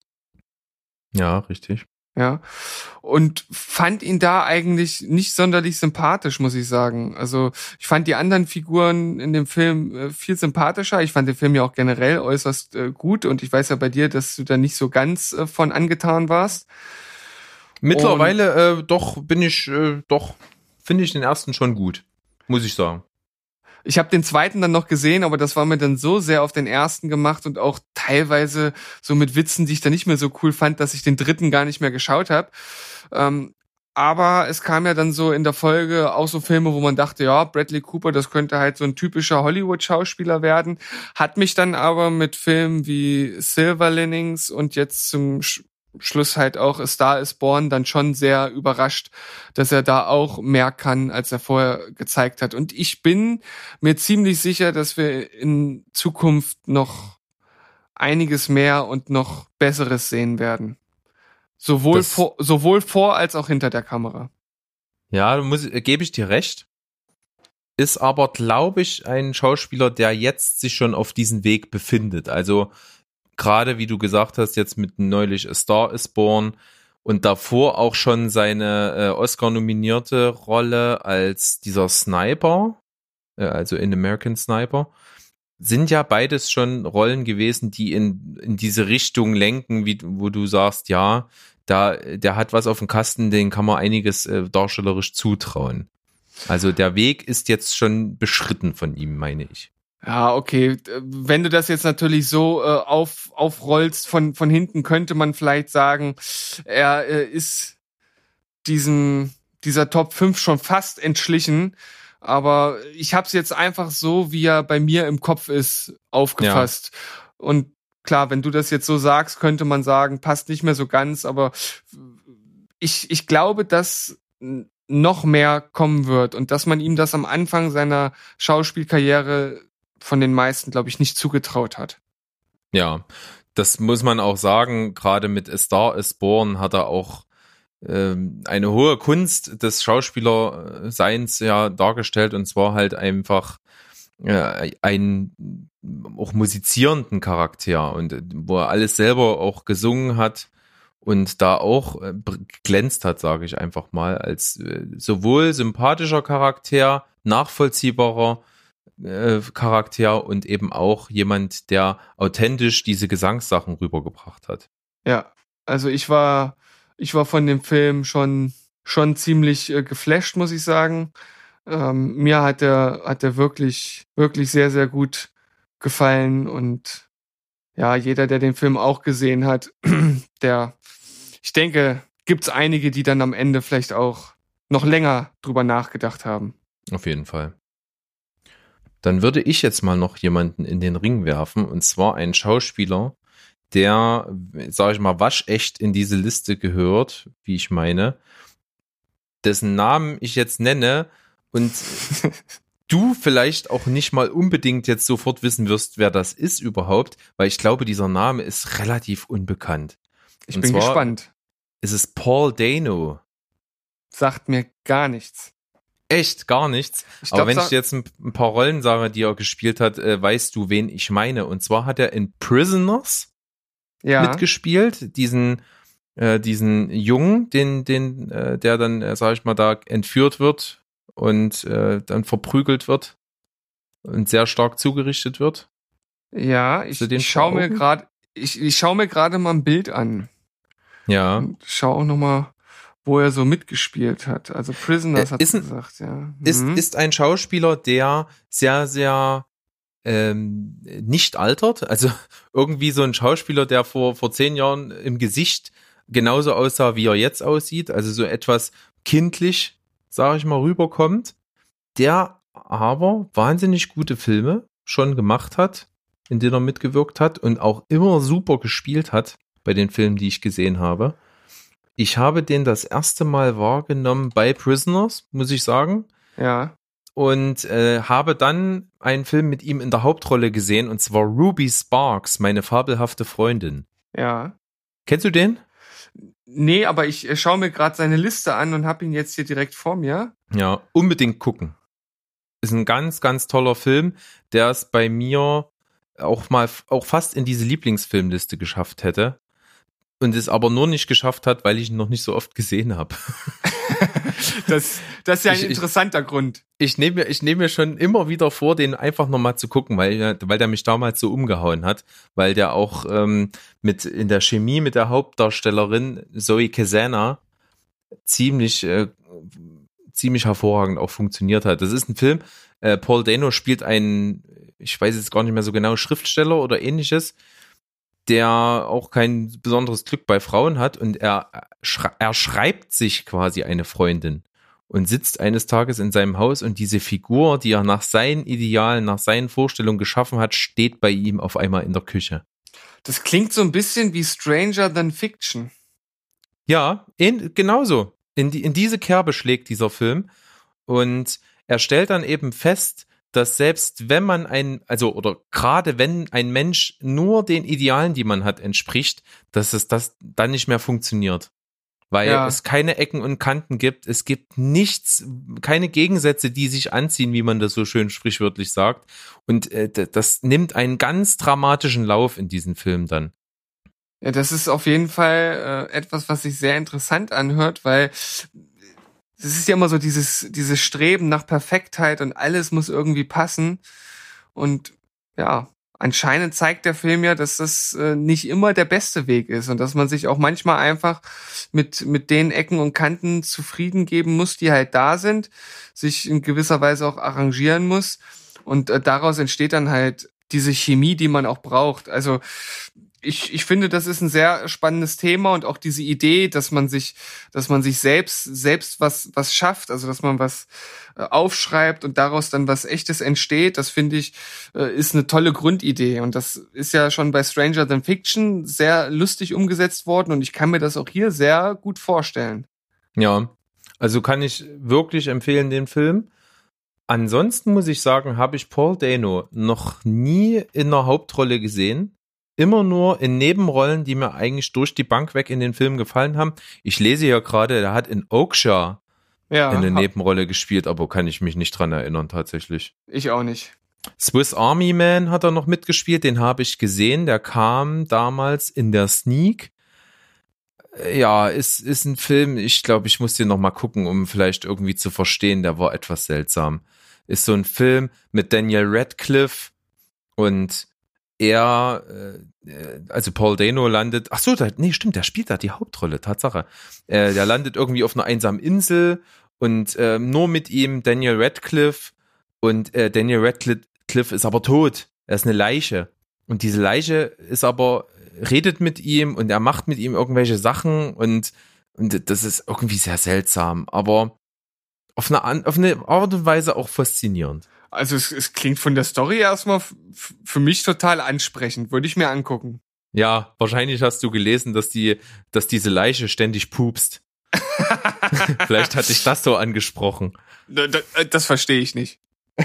Ja, richtig. Ja. Und fand ihn da eigentlich nicht sonderlich sympathisch, muss ich sagen. Also ich fand die anderen Figuren in dem Film äh, viel sympathischer. Ich fand den Film ja auch generell äußerst äh, gut. Und ich weiß ja bei dir, dass du da nicht so ganz äh, von angetan warst. Mittlerweile äh, doch bin ich, äh, doch finde ich den ersten schon gut, muss ich sagen. Ich habe den zweiten dann noch gesehen, aber das war mir dann so sehr auf den ersten gemacht und auch teilweise so mit Witzen, die ich dann nicht mehr so cool fand, dass ich den dritten gar nicht mehr geschaut habe. Ähm, aber es kam ja dann so in der Folge auch so Filme, wo man dachte, ja, Bradley Cooper, das könnte halt so ein typischer Hollywood-Schauspieler werden. Hat mich dann aber mit Filmen wie Silver Linings und jetzt zum Sch- Schluss halt auch A Star is Born dann schon sehr überrascht, dass er da auch mehr kann, als er vorher gezeigt hat. Und ich bin mir ziemlich sicher, dass wir in Zukunft noch einiges mehr und noch Besseres sehen werden. Sowohl Das- vor, sowohl vor als auch hinter der Kamera. Ja, muss, äh, gebe ich dir recht. Ist aber, glaube ich, ein Schauspieler, der jetzt sich schon auf diesem Weg befindet. Also gerade, wie du gesagt hast, jetzt mit neulich A Star is Born und davor auch schon seine äh, Oscar-nominierte Rolle als dieser Sniper, äh, also in American Sniper, sind ja beides schon Rollen gewesen, die in, in diese Richtung lenken, wie, wo du sagst, ja, da, der hat was auf dem Kasten, den kann man einiges äh, darstellerisch zutrauen. Also der Weg ist jetzt schon beschritten von ihm, meine ich. Ja, okay. Wenn du das jetzt natürlich so äh, auf, aufrollst von, von hinten, könnte man vielleicht sagen, er äh, ist diesen, dieser Top fünf schon fast entschlichen. Aber ich habe es jetzt einfach so, wie er bei mir im Kopf ist, aufgefasst. Ja. Und klar, wenn du das jetzt so sagst, könnte man sagen, passt nicht mehr so ganz. Aber ich, ich glaube, dass noch mehr kommen wird und dass man ihm das am Anfang seiner Schauspielkarriere von den meisten, glaube ich, nicht zugetraut hat. Ja, das muss man auch sagen. Gerade mit A Star is Born hat er auch ähm, eine hohe Kunst des Schauspielerseins ja dargestellt, und zwar halt einfach äh, einen auch musizierenden Charakter, und äh, wo er alles selber auch gesungen hat und da auch äh, glänzt hat, sage ich einfach mal, als äh, sowohl sympathischer Charakter, nachvollziehbarer Äh, Charakter und eben auch jemand, der authentisch diese Gesangssachen rübergebracht hat. Ja, also ich war, ich war von dem Film schon, schon ziemlich äh, geflasht, muss ich sagen. Ähm, mir hat er, hat er wirklich, wirklich sehr, sehr gut gefallen, und ja, jeder, der den Film auch gesehen hat, der, ich denke, gibt's einige, die dann am Ende vielleicht auch noch länger drüber nachgedacht haben. Auf jeden Fall. Dann würde ich jetzt mal noch jemanden in den Ring werfen, und zwar einen Schauspieler, der, sage ich mal, waschecht in diese Liste gehört, wie ich meine, dessen Namen ich jetzt nenne und du vielleicht auch nicht mal unbedingt jetzt sofort wissen wirst, wer das ist überhaupt, weil ich glaube, dieser Name ist relativ unbekannt. Ich und bin zwar gespannt. Ist es Paul Dano? Sagt mir gar nichts. Echt, gar nichts. Ich Aber glaub, wenn sa- ich dir jetzt ein, ein paar Rollen sage, die er gespielt hat, äh, weißt du, wen ich meine. Und zwar hat er in Prisoners Ja. mitgespielt, diesen äh, diesen Jungen, den den äh, der dann, äh, sag ich mal, da entführt wird und äh, dann verprügelt wird und sehr stark zugerichtet wird. Ja, ich, Hast du den ich schaue vor mir Augen? gerade, ich, ich schaue mir gerade mal ein Bild an. Ja. Und schau auch noch mal, wo er so mitgespielt hat. Also Prisoners Äh, hat ist du ein- gesagt, ja. Ist, Mhm. ist ein Schauspieler, der sehr, sehr ähm, nicht altert. Also irgendwie so ein Schauspieler, der vor, vor zehn Jahren im Gesicht genauso aussah, wie er jetzt aussieht. Also so etwas kindlich, sage ich mal, rüberkommt. Der aber wahnsinnig gute Filme schon gemacht hat, in denen er mitgewirkt hat und auch immer super gespielt hat bei den Filmen, die ich gesehen habe. Ich habe den das erste Mal wahrgenommen bei Prisoners, muss ich sagen. Ja. Und äh, habe dann einen Film mit ihm in der Hauptrolle gesehen, und zwar Ruby Sparks, meine fabelhafte Freundin. Ja. Kennst du den? Nee, aber ich äh, schaue mir gerade seine Liste an und habe ihn jetzt hier direkt vor mir. Ja, unbedingt gucken. Ist ein ganz, ganz toller Film. Der ist bei mir auch mal, auch fast in diese Lieblingsfilmliste geschafft hätte. Und es aber nur nicht geschafft hat, weil ich ihn noch nicht so oft gesehen habe. Das, das ist ja ein Ich- ich- interessanter Grund. Ich nehme mir, ich nehme mir schon immer wieder vor, den einfach nochmal zu gucken, weil, weil der mich damals so umgehauen hat, weil der auch ähm, mit in der Chemie mit der Hauptdarstellerin Zoe Kazana ziemlich, äh, ziemlich hervorragend auch funktioniert hat. Das ist ein Film, äh, Paul Dano spielt einen, ich weiß jetzt gar nicht mehr so genau, Schriftsteller oder ähnliches, der auch kein besonderes Glück bei Frauen hat und er, schrei- er schreibt sich quasi eine Freundin und sitzt eines Tages in seinem Haus und diese Figur, die er nach seinen Idealen, nach seinen Vorstellungen geschaffen hat, steht bei ihm auf einmal in der Küche. Das klingt so ein bisschen wie Stranger Than Fiction. Ja, in, genauso. In, die, in diese Kerbe schlägt dieser Film und er stellt dann eben fest, dass selbst wenn man ein, also oder gerade wenn ein Mensch nur den Idealen, die man hat, entspricht, dass es das dann nicht mehr funktioniert. Weil Ja. es keine Ecken und Kanten gibt, es gibt nichts, keine Gegensätze, die sich anziehen, wie man das so schön sprichwörtlich sagt. Und äh, d- das nimmt einen ganz dramatischen Lauf in diesen Film dann. Ja, das ist auf jeden Fall äh, etwas, was sich sehr interessant anhört, weil es ist ja immer so dieses, dieses Streben nach Perfektheit und alles muss irgendwie passen. Und ja, anscheinend zeigt der Film ja, dass das äh, nicht immer der beste Weg ist und dass man sich auch manchmal einfach mit, mit den Ecken und Kanten zufrieden geben muss, die halt da sind, sich in gewisser Weise auch arrangieren muss. Und äh, daraus entsteht dann halt diese Chemie, die man auch braucht. Also ich, ich finde, das ist ein sehr spannendes Thema und auch diese Idee, dass man sich, dass man sich selbst, selbst was, was schafft, also dass man was äh, aufschreibt und daraus dann was Echtes entsteht, das finde ich, äh, ist eine tolle Grundidee. Und das ist ja schon bei Stranger Than Fiction sehr lustig umgesetzt worden und ich kann mir das auch hier sehr gut vorstellen. Ja, also kann ich wirklich empfehlen, den Film. Ansonsten muss ich sagen, habe ich Paul Dano noch nie in einer Hauptrolle gesehen. Immer nur in Nebenrollen, die mir eigentlich durch die Bank weg in den Film gefallen haben. Ich lese ja gerade, der hat in Okja Ja, eine hab- Nebenrolle gespielt, aber kann ich mich nicht dran erinnern tatsächlich. ich auch nicht. Swiss Army Man hat er noch mitgespielt, den habe ich gesehen, der kam damals in der Sneak. Ja, ist, ist ein Film, ich glaube, ich muss den noch mal gucken, um vielleicht irgendwie zu verstehen, der war etwas seltsam. Ist so ein Film mit Daniel Radcliffe und er, äh, also Paul Dano landet, ach so, da, nee, stimmt, der spielt da die Hauptrolle, Tatsache. Äh, der landet irgendwie auf einer einsamen Insel und äh, nur mit ihm Daniel Radcliffe und äh, Daniel Radcliffe ist aber tot. Er ist eine Leiche. Und diese Leiche ist aber, redet mit ihm und er macht mit ihm irgendwelche Sachen und, und das ist irgendwie sehr seltsam, aber auf eine, An- auf eine Art und Weise auch faszinierend. Also es, es klingt von der Story erstmal f- f- für mich total ansprechend, würde ich mir angucken. Ja, wahrscheinlich hast du gelesen, dass die, dass diese Leiche ständig pupst. Vielleicht hat dich das so angesprochen. Da- da- Das verstehe ich nicht.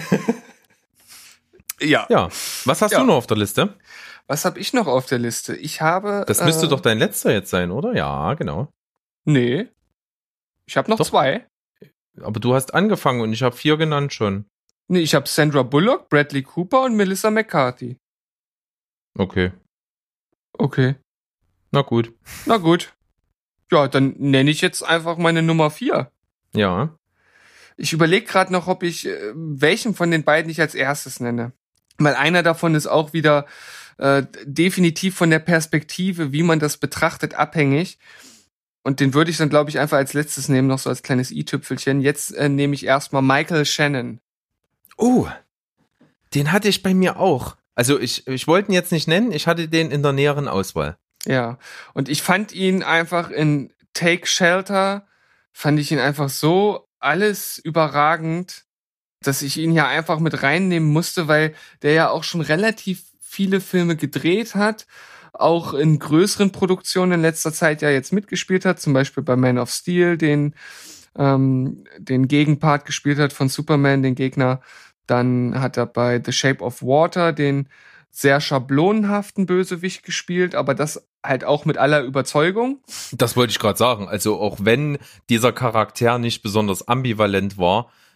Ja. Ja, was hast Ja. du noch auf der Liste? Was habe ich noch auf der Liste? Ich habe. Das müsste äh, doch dein letzter jetzt sein, oder? Ja, genau. Nee. Ich habe noch Doch. zwei. Aber du hast angefangen und ich habe vier genannt schon. Nee, ich habe Sandra Bullock, Bradley Cooper und Melissa McCarthy. Okay, Okay. na gut. Na gut. Ja, dann nenne ich jetzt einfach meine Nummer vier. Ja, Ich überlege gerade noch, ob ich äh, welchen von den beiden ich als erstes nenne. Weil einer davon ist auch wieder äh, definitiv von der Perspektive, wie man das betrachtet, abhängig. Und den würde ich dann, glaube ich, einfach als letztes nehmen, noch so als kleines i-Tüpfelchen. Jetzt äh, nehme ich erstmal Michael Shannon. oh, den hatte ich bei mir auch. Also ich, ich wollte ihn jetzt nicht nennen, ich hatte den in der näheren Auswahl. Ja, und ich fand ihn einfach in Take Shelter, fand ich ihn einfach so alles überragend, dass ich ihn ja einfach mit reinnehmen musste, weil der ja auch schon relativ viele Filme gedreht hat, auch in größeren Produktionen in letzter Zeit ja jetzt mitgespielt hat, zum Beispiel bei Man of Steel, den, ähm, den Gegenpart gespielt hat von Superman, den Gegner. Dann hat er bei The Shape of Water den sehr schablonenhaften Bösewicht gespielt, aber das halt auch mit aller Überzeugung. Das wollte ich gerade sagen. Also auch wenn dieser Charakter nicht besonders ambivalent war,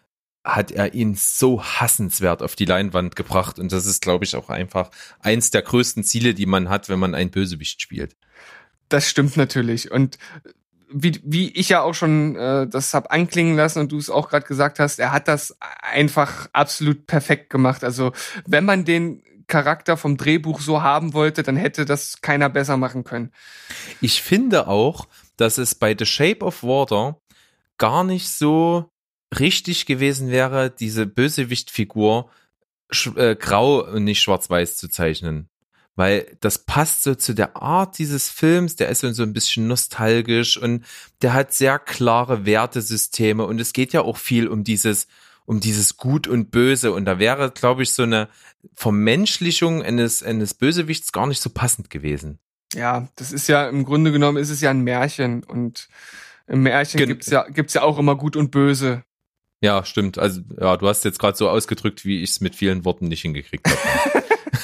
hat er ihn so hassenswert auf die Leinwand gebracht. Und das ist, glaube ich, auch einfach eins der größten Ziele, die man hat, wenn man einen Bösewicht spielt. Das stimmt natürlich. Und wie, wie ich ja auch schon äh, das hab anklingen lassen und du es auch gerade gesagt hast, er hat das einfach absolut perfekt gemacht. Also wenn man den Charakter vom Drehbuch so haben wollte, dann hätte das keiner besser machen können. Ich finde auch, dass es bei The Shape of Water gar nicht so richtig gewesen wäre, diese Bösewichtfigur sch- äh, grau und nicht schwarz-weiß zu zeichnen. Weil das passt so zu der Art dieses Films, der ist so ein bisschen nostalgisch und der hat sehr klare Wertesysteme und es geht ja auch viel um dieses, um dieses Gut und Böse und da wäre, glaube ich, so eine Vermenschlichung eines, eines Bösewichts gar nicht so passend gewesen. Ja, das ist ja, im Grunde genommen ist es ja ein Märchen und im Märchen Gen- gibt's ja, gibt's ja auch immer Gut und Böse. Ja, stimmt. Also, ja, du hast jetzt gerade so ausgedrückt, wie ich es mit vielen Worten nicht hingekriegt habe.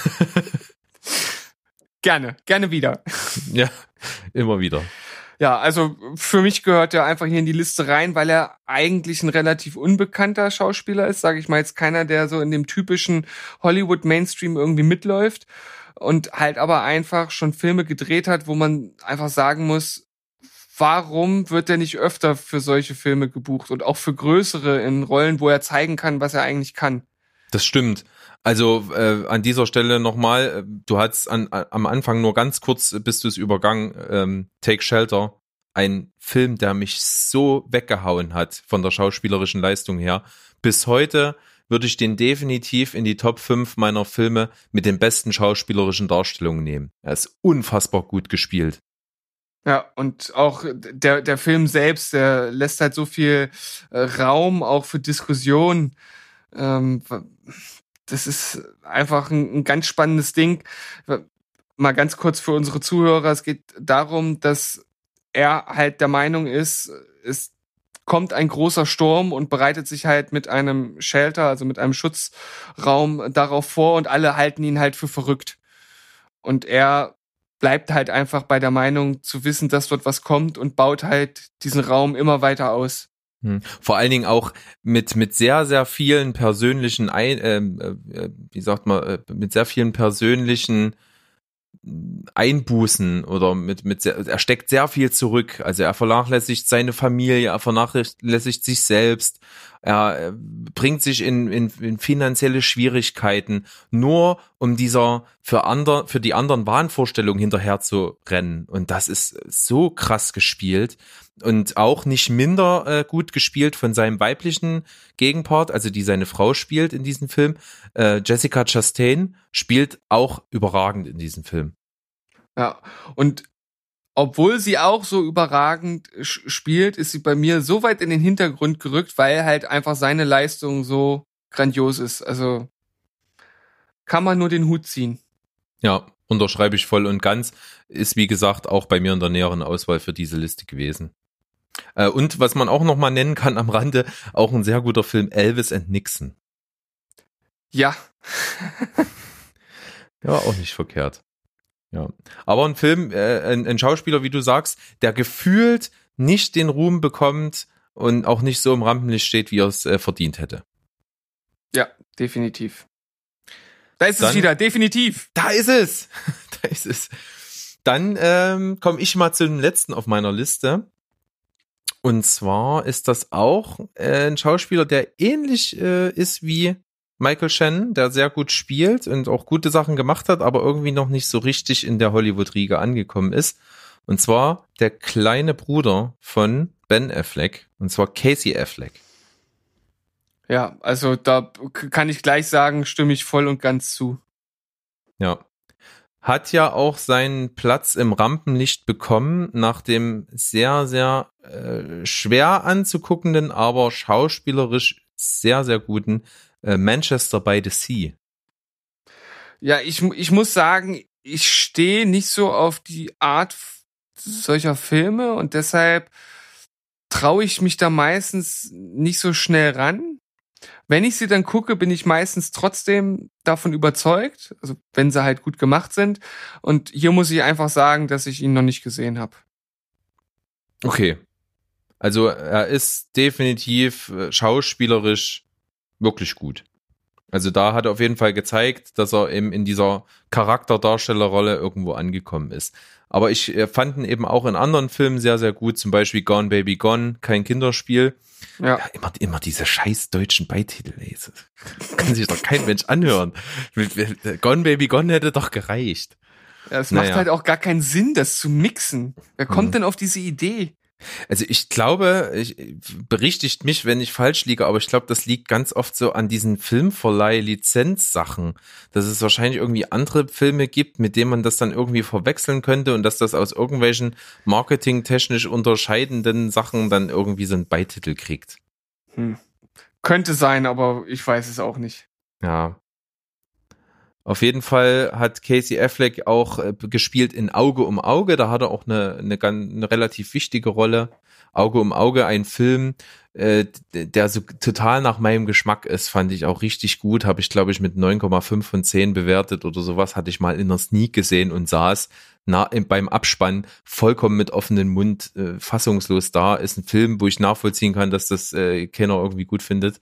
Gerne, gerne wieder. Ja, immer wieder. Ja, also für mich gehört er einfach hier in die Liste rein, weil er eigentlich ein relativ unbekannter Schauspieler ist, sage ich mal jetzt keiner, der so in dem typischen Hollywood-Mainstream irgendwie mitläuft und halt aber einfach schon Filme gedreht hat, wo man einfach sagen muss, warum wird er nicht öfter für solche Filme gebucht und auch für größere in Rollen, wo er zeigen kann, was er eigentlich kann. Das stimmt. Also äh, an dieser Stelle nochmal, du hattest an, am Anfang nur ganz kurz, bist du es übergangen, ähm, Take Shelter, ein Film, der mich so weggehauen hat von der schauspielerischen Leistung her. Bis heute würde ich den definitiv in die Top fünf meiner Filme mit den besten schauspielerischen Darstellungen nehmen. Er ist unfassbar gut gespielt. Ja, und auch der, der Film selbst, der lässt halt so viel äh, Raum auch für Diskussionen. Ähm, das ist einfach ein, ein ganz spannendes Ding. Mal ganz kurz für unsere Zuhörer, es geht darum, dass er halt der Meinung ist, es kommt ein großer Sturm und bereitet sich halt mit einem Shelter, also mit einem Schutzraum darauf vor und alle halten ihn halt für verrückt. Und er bleibt halt einfach bei der Meinung zu wissen, dass dort was kommt und baut halt diesen Raum immer weiter aus. Hm. Vor allen Dingen auch mit mit sehr sehr vielen persönlichen Ein, äh, äh, wie sagt man äh, mit sehr vielen persönlichen Einbußen oder mit mit sehr, er steckt sehr viel zurück. Also er vernachlässigt seine Familie, er vernachlässigt sich selbst, er bringt sich in, in, in finanzielle Schwierigkeiten, nur um dieser für andere für die anderen Wahnvorstellungen hinterher zu rennen. Und das ist so krass gespielt. Und auch nicht minder äh, gut gespielt von seinem weiblichen Gegenpart, also die seine Frau spielt in diesem Film. Äh, Jessica Chastain spielt auch überragend in diesem Film. Ja, und obwohl sie auch so überragend sch- spielt, ist sie bei mir so weit in den Hintergrund gerückt, weil halt einfach seine Leistung so grandios ist. Also kann man nur den Hut ziehen. Ja, unterschreibe ich voll und ganz. Ist wie gesagt auch bei mir in der näheren Auswahl für diese Liste gewesen. Äh, und was man auch noch mal nennen kann am Rande, auch ein sehr guter Film, Elvis and Nixon. Ja. Ja, auch nicht verkehrt. Ja, aber ein Film, äh, ein, ein Schauspieler, wie du sagst, der gefühlt nicht den Ruhm bekommt und auch nicht so im Rampenlicht steht, wie er es äh, verdient hätte. Ja, definitiv. Da ist Dann, es wieder, definitiv. Da ist es. Da ist es. Dann ähm, komme ich mal zu dem letzten auf meiner Liste. Und zwar ist das auch äh, ein Schauspieler, der ähnlich äh, ist wie Michael Shannon, der sehr gut spielt und auch gute Sachen gemacht hat, aber irgendwie noch nicht so richtig in der Hollywood-Riege angekommen ist. Und zwar der kleine Bruder von Ben Affleck, und zwar Casey Affleck. Ja, also da kann ich gleich sagen, stimme ich voll und ganz zu. Ja. Hat ja auch seinen Platz im Rampenlicht bekommen nach dem sehr, sehr äh, schwer anzuguckenden, aber schauspielerisch sehr, sehr guten äh, Manchester by the Sea. Ja, ich, ich muss sagen, ich stehe nicht so auf die Art solcher Filme und deshalb traue ich mich da meistens nicht so schnell ran. Wenn ich sie dann gucke, bin ich meistens trotzdem davon überzeugt, also wenn sie halt gut gemacht sind. Und hier muss ich einfach sagen, dass ich ihn noch nicht gesehen habe. Okay. Also er ist definitiv äh, schauspielerisch wirklich gut. Also da hat er auf jeden Fall gezeigt, dass er eben in dieser Charakterdarstellerrolle irgendwo angekommen ist. Aber ich äh, fand ihn eben auch in anderen Filmen sehr, sehr gut, zum Beispiel Gone Baby Gone, kein Kinderspiel. Ja. Ja, immer, immer diese scheiß deutschen Beititel. Ey. Das kann sich doch kein Mensch anhören. Gone Baby Gone hätte doch gereicht. Ja, es Naja. macht halt auch gar keinen Sinn, das zu mixen. Wer kommt Mhm. denn auf diese Idee? Also ich glaube, ich, berichtigt mich, wenn ich falsch liege, aber ich glaube, das liegt ganz oft so an diesen Filmverleih-Lizenzsachen, dass es wahrscheinlich irgendwie andere Filme gibt, mit denen man das dann irgendwie verwechseln könnte und dass das aus irgendwelchen marketingtechnisch unterscheidenden Sachen dann irgendwie so einen Beititel kriegt. Hm. Könnte sein, aber ich weiß es auch nicht. Ja. Auf jeden Fall hat Casey Affleck auch äh, gespielt in Auge um Auge. Da hat er auch eine, eine, ganz, eine relativ wichtige Rolle. Auge um Auge, ein Film, äh, der so total nach meinem Geschmack ist, fand ich auch richtig gut. Habe ich, glaube ich, mit neun Komma fünf von zehn bewertet oder sowas. Hatte ich mal in der Sneak gesehen und saß na, beim Abspann vollkommen mit offenem Mund, äh, fassungslos da. Ist ein Film, wo ich nachvollziehen kann, dass das äh, keiner irgendwie gut findet.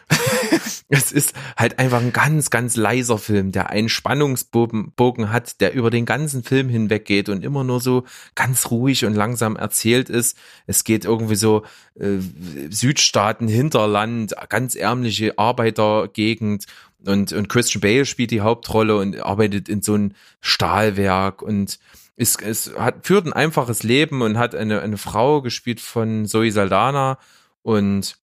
Es ist halt einfach ein ganz, ganz leiser Film, der einen Spannungsbogen Bogen hat, der über den ganzen Film hinweg geht und immer nur so ganz ruhig und langsam erzählt ist. Es geht irgendwie so äh, Südstaaten, Hinterland, ganz ärmliche Arbeitergegend und, und Christian Bale spielt die Hauptrolle und arbeitet in so einem Stahlwerk und ist, es hat, führt ein einfaches Leben und hat eine, eine Frau gespielt von Zoe Saldana und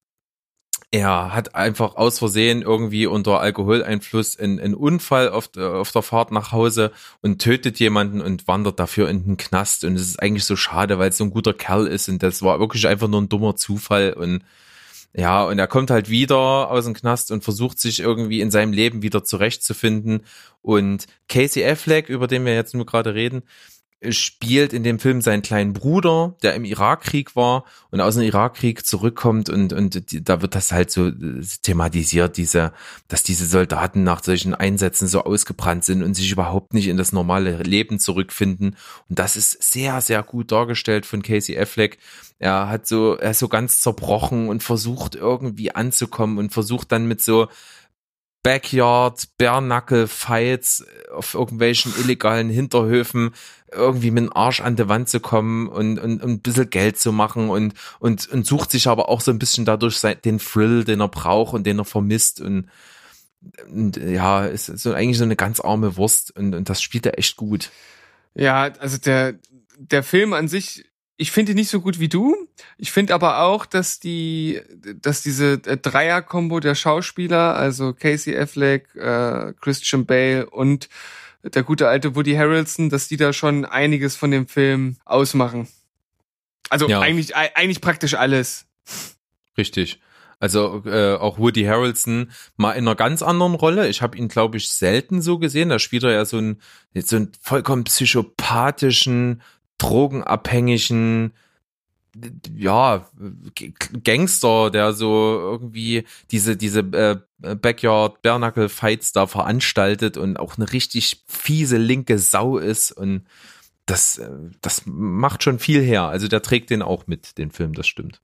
er hat einfach aus Versehen irgendwie unter Alkoholeinfluss einen, einen Unfall auf, auf der Fahrt nach Hause und tötet jemanden und wandert dafür in den Knast. Und es ist eigentlich so schade, weil es so ein guter Kerl ist und das war wirklich einfach nur ein dummer Zufall. Und ja, und er kommt halt wieder aus dem Knast und versucht sich irgendwie in seinem Leben wieder zurechtzufinden. Und Casey Affleck, über den wir jetzt nur gerade reden, spielt in dem Film seinen kleinen Bruder, der im Irakkrieg war und aus dem Irakkrieg zurückkommt und und die, da wird das halt so thematisiert, diese, dass diese Soldaten nach solchen Einsätzen so ausgebrannt sind und sich überhaupt nicht in das normale Leben zurückfinden und das ist sehr, sehr gut dargestellt von Casey Affleck. Er hat so, er ist so ganz zerbrochen und versucht irgendwie anzukommen und versucht dann mit so Backyard, Bare-Knuckle-Fights auf irgendwelchen illegalen Hinterhöfen irgendwie mit dem Arsch an die Wand zu kommen und, und, und ein bisschen Geld zu machen und, und, und sucht sich aber auch so ein bisschen dadurch sein, den Thrill, den er braucht und den er vermisst und, und ja, ist so eigentlich so eine ganz arme Wurst und, und das spielt er echt gut. Ja, also der, der Film an sich, ich finde ihn nicht so gut wie du. Ich finde aber auch, dass die, dass diese Dreier-Kombo der Schauspieler, also Casey Affleck, äh, Christian Bale und der gute alte Woody Harrelson, dass die da schon einiges von dem Film ausmachen. Also Ja. eigentlich, eigentlich praktisch alles. Richtig. Also äh, auch Woody Harrelson mal in einer ganz anderen Rolle. Ich habe ihn, glaube ich, selten so gesehen. Da spielt er ja so einen, so einen vollkommen psychopathischen, drogenabhängigen, ja, G- Gangster, der so irgendwie diese diese äh, Backyard Bare-Knuckle Fights da veranstaltet und auch eine richtig fiese linke Sau ist und das äh, das macht schon viel her. Also der trägt den auch mit, den Film, das stimmt.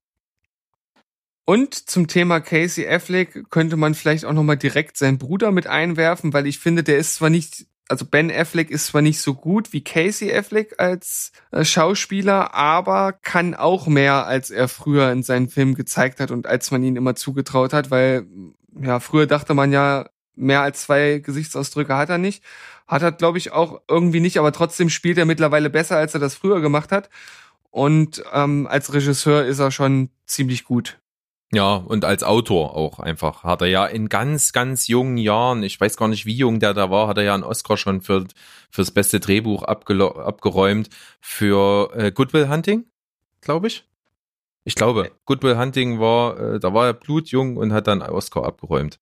Und zum Thema Casey Affleck könnte man vielleicht auch nochmal direkt seinen Bruder mit einwerfen, weil ich finde, der ist zwar nicht, also Ben Affleck ist zwar nicht so gut wie Casey Affleck als äh, Schauspieler, aber kann auch mehr, als er früher in seinen Filmen gezeigt hat und als man ihn immer zugetraut hat, weil ja, früher dachte man ja, mehr als zwei Gesichtsausdrücke hat er nicht. Hat er, glaube ich, auch irgendwie nicht, aber trotzdem spielt er mittlerweile besser, als er das früher gemacht hat. Und ähm, als Regisseur ist er schon ziemlich gut. Ja, und als Autor auch einfach. Hat er ja in ganz, ganz jungen Jahren, ich weiß gar nicht, wie jung der da war, hat er ja einen Oscar schon für fürs beste Drehbuch abgelo- abgeräumt für äh, Good Will Hunting, glaube ich. Ich glaube, Good Will Hunting war, äh, da war er blutjung und hat dann einen Oscar abgeräumt.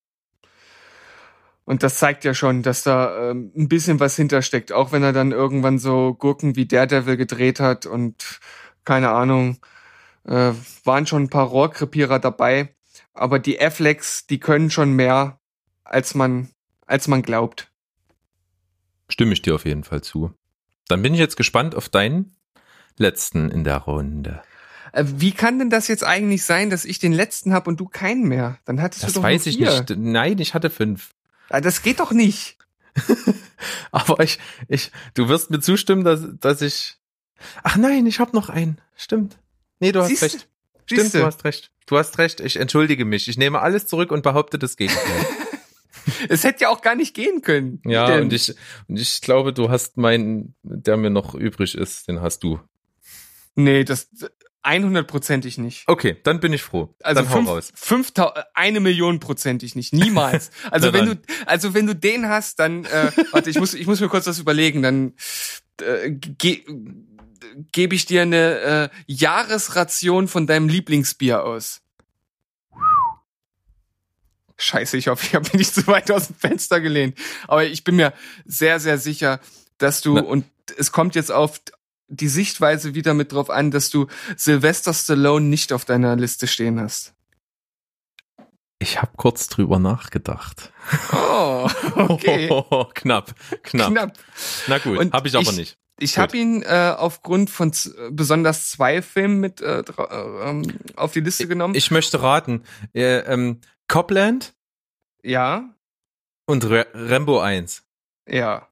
Und das zeigt ja schon, dass da ähm, ein bisschen was hintersteckt, auch wenn er dann irgendwann so Gurken wie Daredevil gedreht hat und keine Ahnung, äh, waren schon ein paar Rohrkrepierer dabei, aber die Afflecks, die können schon mehr, als man als man glaubt. Stimme ich dir auf jeden Fall zu. Dann bin ich jetzt gespannt auf deinen letzten in der Runde. Äh, wie kann denn das jetzt eigentlich sein, dass ich den letzten habe und du keinen mehr? Dann hattest Das du doch weiß nur ich vier. nicht. Nein, ich hatte fünf. Ah, das geht doch nicht. Aber ich, ich, du wirst mir zustimmen, dass, dass ich. Ach nein, ich habe noch einen. Stimmt. Nee, du hast Siehst- recht. Stimmt, siehste. du hast recht. Du hast recht. Ich entschuldige mich. Ich nehme alles zurück und behaupte das Gegenteil. Es hätte ja auch gar nicht gehen können. Wie Ja, denn? und ich, und ich glaube, du hast meinen, der mir noch übrig ist, den hast du. Nee, das hundertprozentig nicht. Okay, dann bin ich froh. Also dann hau fünf, raus. fünftausend, eine Million prozentig nicht, niemals. Also Na wenn dann. du, also wenn du den hast, dann, äh, warte, ich muss, ich muss mir kurz was überlegen, dann äh, ge, gebe ich dir eine äh, Jahresration von deinem Lieblingsbier aus. Scheiße, ich hoffe, ich habe mich nicht zu weit aus dem Fenster gelehnt. Aber ich bin mir sehr, sehr sicher, dass du, Na. und es kommt jetzt auf die Sichtweise wieder mit drauf an, dass du Sylvester Stallone nicht auf deiner Liste stehen hast. Ich habe kurz drüber nachgedacht. Oh, okay. knapp, knapp, Knapp. Na gut, Und habe ich aber ich- nicht. Ich Gut. habe ihn äh, aufgrund von z- besonders zwei Filmen mit äh, dra- äh, ähm, auf die Liste genommen. Ich möchte raten. Äh, ähm, Copland ja, und Re Rambo eins. ja.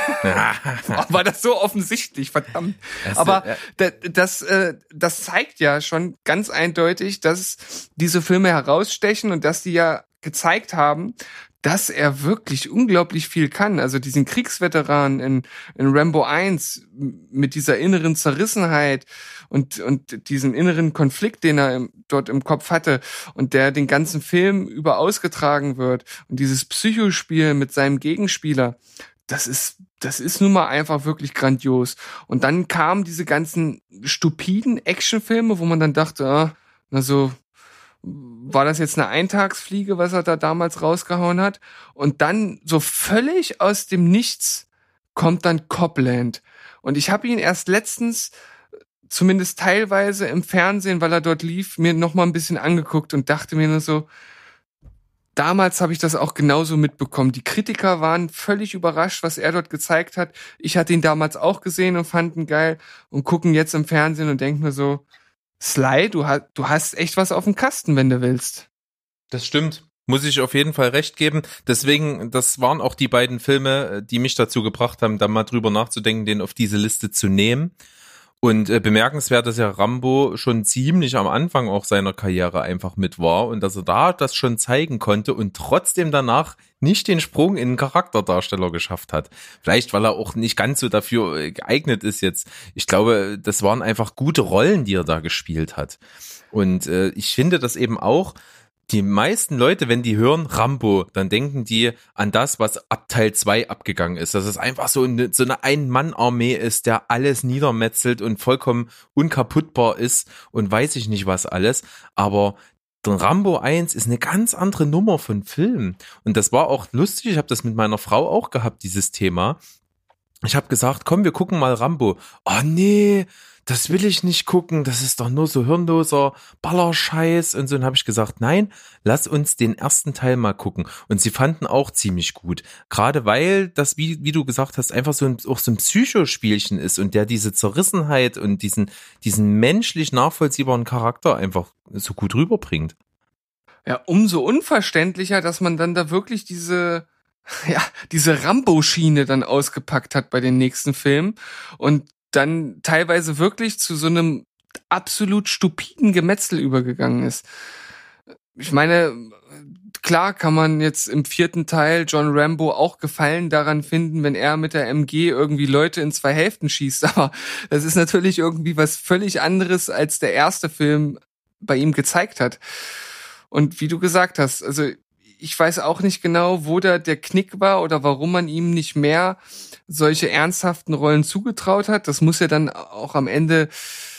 War das so offensichtlich, verdammt. Das, Aber äh, da- das, äh, das zeigt ja schon ganz eindeutig, dass diese Filme herausstechen und dass die ja gezeigt haben, dass er wirklich unglaublich viel kann. Also diesen Kriegsveteran in, in Rambo eins mit dieser inneren Zerrissenheit und, und diesem inneren Konflikt, den er im, dort im Kopf hatte und der den ganzen Film über ausgetragen wird und dieses Psychospiel mit seinem Gegenspieler, das ist, das ist nun mal einfach wirklich grandios. Und dann kamen diese ganzen stupiden Actionfilme, wo man dann dachte, ah, na so, war das jetzt eine Eintagsfliege, was er da damals rausgehauen hat? Und dann so völlig aus dem Nichts kommt dann Copland. Und ich habe ihn erst letztens, zumindest teilweise im Fernsehen, weil er dort lief, mir noch mal ein bisschen angeguckt und dachte mir nur so, damals habe ich das auch genauso mitbekommen. Die Kritiker waren völlig überrascht, was er dort gezeigt hat. Ich hatte ihn damals auch gesehen und fand ihn geil und gucken jetzt im Fernsehen und denken mir so, Sly, du, hast du hast echt was auf dem Kasten, wenn du willst. Das stimmt. Muss ich auf jeden Fall recht geben. Deswegen, das waren auch die beiden Filme, die mich dazu gebracht haben, da mal drüber nachzudenken, den auf diese Liste zu nehmen. Und äh, bemerkenswert, dass ja Rambo schon ziemlich am Anfang auch seiner Karriere einfach mit war und dass er da das schon zeigen konnte und trotzdem danach nicht den Sprung in einen Charakterdarsteller geschafft hat. Vielleicht, weil er auch nicht ganz so dafür geeignet ist jetzt. Ich glaube, das waren einfach gute Rollen, die er da gespielt hat. Und äh, ich finde das eben auch, die meisten Leute, wenn die hören Rambo, dann denken die an das, was ab Teil zwei abgegangen ist. Dass es einfach so eine, so eine Ein-Mann-Armee ist, der alles niedermetzelt und vollkommen unkaputtbar ist und weiß ich nicht was alles. Aber Rambo eins ist eine ganz andere Nummer von Film. Und das war auch lustig, ich habe das mit meiner Frau auch gehabt, dieses Thema. Ich habe gesagt, komm, wir gucken mal Rambo. Oh nee, das will ich nicht gucken, das ist doch nur so hirnloser Ballerscheiß und so. Und habe ich gesagt, nein, lass uns den ersten Teil mal gucken. Und sie fanden auch ziemlich gut. Gerade weil das, wie, wie du gesagt hast, einfach so ein, auch so ein Psychospielchen ist und der diese Zerrissenheit und diesen, diesen menschlich nachvollziehbaren Charakter einfach so gut rüberbringt. Ja, umso unverständlicher, dass man dann da wirklich diese, ja, diese Rambo-Schiene dann ausgepackt hat bei den nächsten Filmen und dann teilweise wirklich zu so einem absolut stupiden Gemetzel übergegangen ist. Ich meine, klar kann man jetzt im vierten Teil John Rambo auch Gefallen daran finden, wenn er mit der M G irgendwie Leute in zwei Hälften schießt, aber das ist natürlich irgendwie was völlig anderes, als der erste Film bei ihm gezeigt hat. Und wie du gesagt hast, also ich weiß auch nicht genau, wo da der Knick war oder warum man ihm nicht mehr solche ernsthaften Rollen zugetraut hat. Das muss ja dann auch am Ende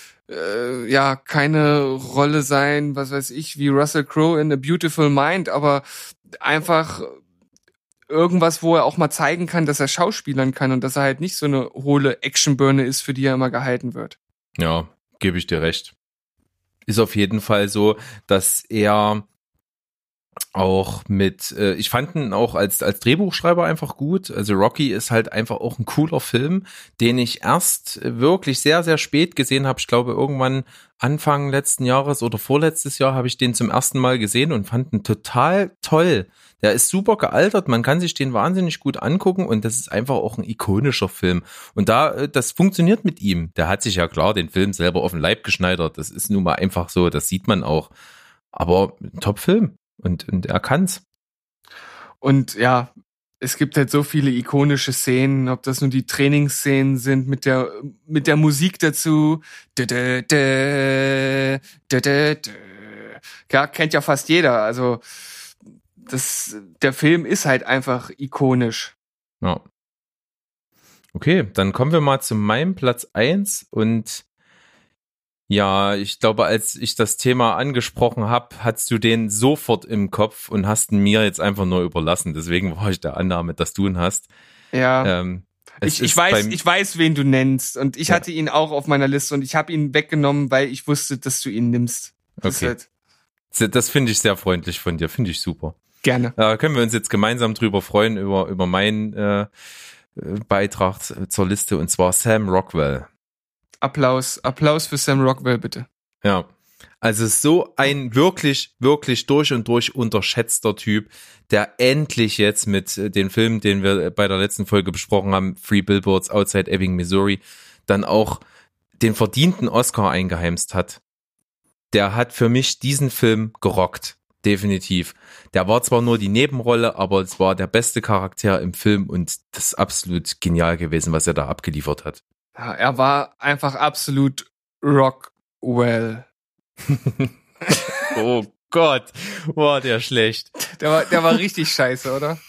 äh, ja keine Rolle sein, was weiß ich, wie Russell Crowe in A Beautiful Mind, aber einfach irgendwas, wo er auch mal zeigen kann, dass er schauspielern kann und dass er halt nicht so eine hohle Actionbirne ist, für die er immer gehalten wird. Ja, gebe ich dir recht. Ist auf jeden Fall so, dass er Auch mit, äh, ich fand ihn auch als, als Drehbuchschreiber einfach gut. Also Rocky ist halt einfach auch ein cooler Film, den ich erst wirklich sehr, sehr spät gesehen habe. Ich glaube, irgendwann Anfang letzten Jahres oder vorletztes Jahr habe ich den zum ersten Mal gesehen und fand ihn total toll. Der ist super gealtert, man kann sich den wahnsinnig gut angucken und das ist einfach auch ein ikonischer Film. Und da, das funktioniert mit ihm. Der hat sich ja klar den Film selber auf den Leib geschneidert. Das ist nun mal einfach so, das sieht man auch. Aber ein Top-Film. Und, und er kann's. Und ja, es gibt halt so viele ikonische Szenen, ob das nun die Trainingsszenen sind mit der mit der Musik dazu. Dä, dä, dä, dä, dä, dä. Ja, kennt ja fast jeder. Also das, der Film ist halt einfach ikonisch. Ja. Okay, dann kommen wir mal zu meinem Platz eins und ja, ich glaube, als ich das Thema angesprochen habe, hattest du den sofort im Kopf und hast ihn mir jetzt einfach nur überlassen. Deswegen war ich der Annahme, dass du ihn hast. Ja, ähm, ich, ich weiß, ich weiß, wen du nennst und ich ja. hatte ihn auch auf meiner Liste und ich habe ihn weggenommen, weil ich wusste, dass du ihn nimmst. Das okay. Halt das finde ich sehr freundlich von dir, finde ich super. Gerne. Da äh, können wir uns jetzt gemeinsam drüber freuen über über meinen äh, Beitrag zur Liste und zwar Sam Rockwell. Applaus, Applaus für Sam Rockwell, bitte. Ja, also so ein wirklich, wirklich durch und durch unterschätzter Typ, der endlich jetzt mit den Filmen, den wir bei der letzten Folge besprochen haben, Three Billboards Outside Ebbing, Missouri, dann auch den verdienten Oscar eingeheimst hat. Der hat für mich diesen Film gerockt, definitiv. Der war zwar nur die Nebenrolle, aber es war der beste Charakter im Film und das ist absolut genial gewesen, was er da abgeliefert hat. Ja, er war einfach absolut Rockwell. Oh Gott, war der schlecht. Der war, der war richtig scheiße, oder?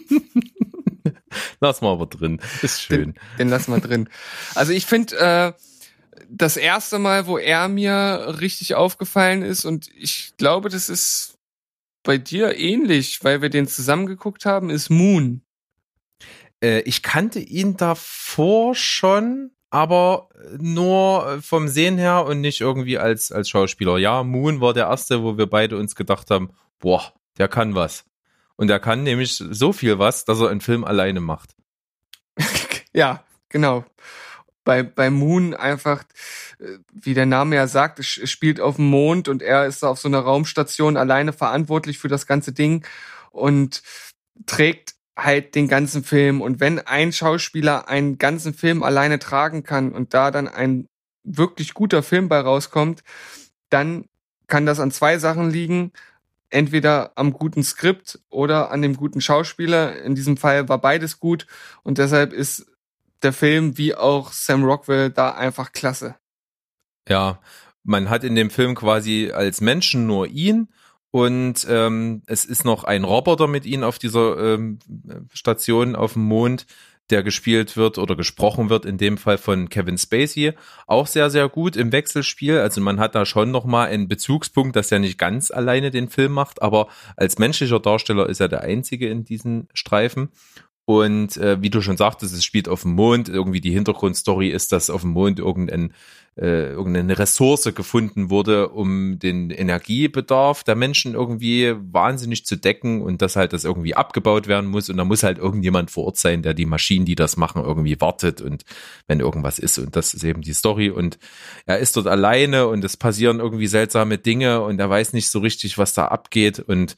Lass mal aber drin, ist schön. Den, den lass mal drin. Also ich finde, äh, das erste Mal, wo er mir richtig aufgefallen ist und ich glaube, das ist bei dir ähnlich, weil wir den zusammen geguckt haben, ist Moon. Äh, ich kannte ihn davor schon, aber nur vom Sehen her und nicht irgendwie als als Schauspieler. Ja, Moon war der erste, wo wir beide uns gedacht haben, boah, der kann was. Und er kann nämlich so viel was, dass er einen Film alleine macht. Ja, genau. Bei bei Moon einfach, wie der Name ja sagt, es spielt auf dem Mond und er ist auf so einer Raumstation alleine verantwortlich für das ganze Ding und trägt halt den ganzen Film. Und wenn ein Schauspieler einen ganzen Film alleine tragen kann und da dann ein wirklich guter Film bei rauskommt, dann kann das an zwei Sachen liegen. Entweder am guten Skript oder an dem guten Schauspieler. In diesem Fall war beides gut und deshalb ist der Film wie auch Sam Rockwell da einfach klasse. Ja, man hat in dem Film quasi als Menschen nur ihn. Und ähm, es ist noch ein Roboter mit ihnen auf dieser ähm, Station auf dem Mond, der gespielt wird oder gesprochen wird, in dem Fall von Kevin Spacey. Auch sehr, sehr gut im Wechselspiel. Also man hat da schon nochmal einen Bezugspunkt, dass er nicht ganz alleine den Film macht, aber als menschlicher Darsteller ist er der Einzige in diesen Streifen. Und äh, wie du schon sagtest, es spielt auf dem Mond. Irgendwie die Hintergrundstory ist, dass auf dem Mond irgendein, äh, irgendeine Ressource gefunden wurde, um den Energiebedarf der Menschen irgendwie wahnsinnig zu decken und dass halt das irgendwie abgebaut werden muss. Und da muss halt irgendjemand vor Ort sein, der die Maschinen, die das machen, irgendwie wartet und wenn irgendwas ist. Und das ist eben die Story. Und er ist dort alleine und es passieren irgendwie seltsame Dinge und er weiß nicht so richtig, was da abgeht. Und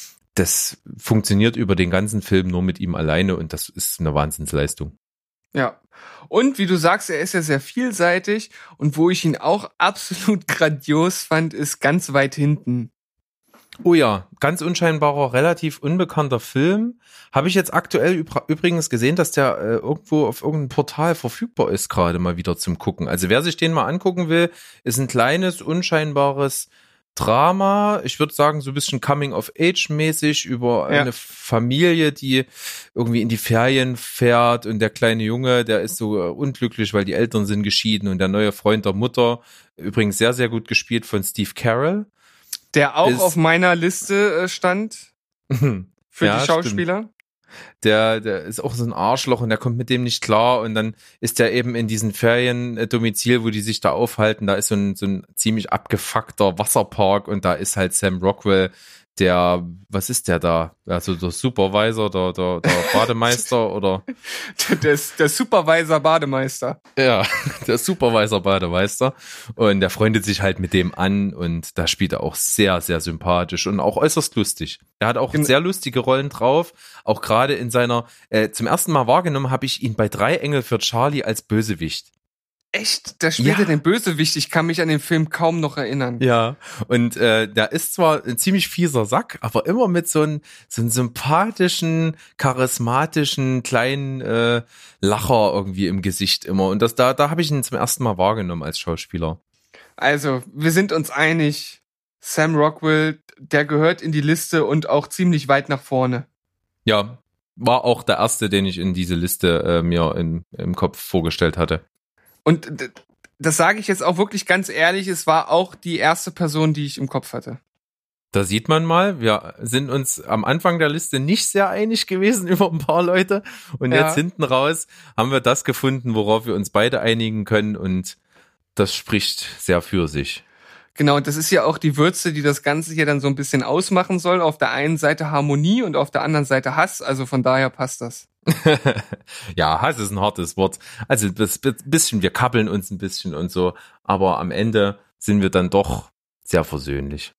das funktioniert über den ganzen Film nur mit ihm alleine und das ist eine Wahnsinnsleistung. Ja. Und wie du sagst, er ist ja sehr vielseitig und wo ich ihn auch absolut grandios fand, ist Ganz weit hinten. Oh ja, ganz unscheinbarer, relativ unbekannter Film. Habe ich jetzt aktuell übrigens gesehen, dass der äh, irgendwo auf irgendeinem Portal verfügbar ist, gerade mal wieder zum Gucken. Also wer sich den mal angucken will, ist ein kleines, unscheinbares Drama, ich würde sagen, so ein bisschen Coming-of-Age-mäßig über Ja. eine Familie, die irgendwie in die Ferien fährt und der kleine Junge, der ist so äh, unglücklich, weil die Eltern sind geschieden und der neue Freund der Mutter, übrigens sehr, sehr gut gespielt von Steve Carell. Der auch Ist- auf meiner Liste äh, stand für Ja, die Schauspieler. Der, der ist auch so ein Arschloch und der kommt mit dem nicht klar und dann ist der eben in diesen Feriendomizil, wo die sich da aufhalten, da ist so ein, so ein ziemlich abgefuckter Wasserpark und da ist halt Sam Rockwell, der, was ist der da? Also der Supervisor, der, der, der Bademeister oder? Der, der Supervisor Bademeister. Ja, der Supervisor Bademeister. Und der freundet sich halt mit dem an und da spielt er auch sehr, sehr sympathisch und auch äußerst lustig. Er hat auch Gen- sehr lustige Rollen drauf. Auch gerade in seiner, äh, zum ersten Mal wahrgenommen habe ich ihn bei Drei Engel für Charlie als Bösewicht. Echt? Der spielte Ja. den Bösewicht. Ich kann mich an den Film kaum noch erinnern. Ja, und äh, der ist zwar ein ziemlich fieser Sack, aber immer mit so einem so einem sympathischen, charismatischen kleinen äh, Lacher irgendwie im Gesicht immer. Und das da da habe ich ihn zum ersten Mal wahrgenommen als Schauspieler. Also, wir sind uns einig. Sam Rockwell, der gehört in die Liste und auch ziemlich weit nach vorne. Ja, war auch der erste, den ich in diese Liste äh, mir in, im Kopf vorgestellt hatte. Und d- das sage ich jetzt auch wirklich ganz ehrlich, es war auch die erste Person, die ich im Kopf hatte. Da sieht man mal, wir sind uns am Anfang der Liste nicht sehr einig gewesen über ein paar Leute. Und Ja. jetzt hinten raus haben wir das gefunden, worauf wir uns beide einigen können. Und das spricht sehr für sich. Genau, und das ist ja auch die Würze, die das Ganze hier dann so ein bisschen ausmachen soll. Auf der einen Seite Harmonie und auf der anderen Seite Hass. Also von daher passt das. Ja, Hass ist ein hartes Wort. Also das bisschen, wir kappeln uns ein bisschen und so. Aber am Ende sind wir dann doch sehr versöhnlich.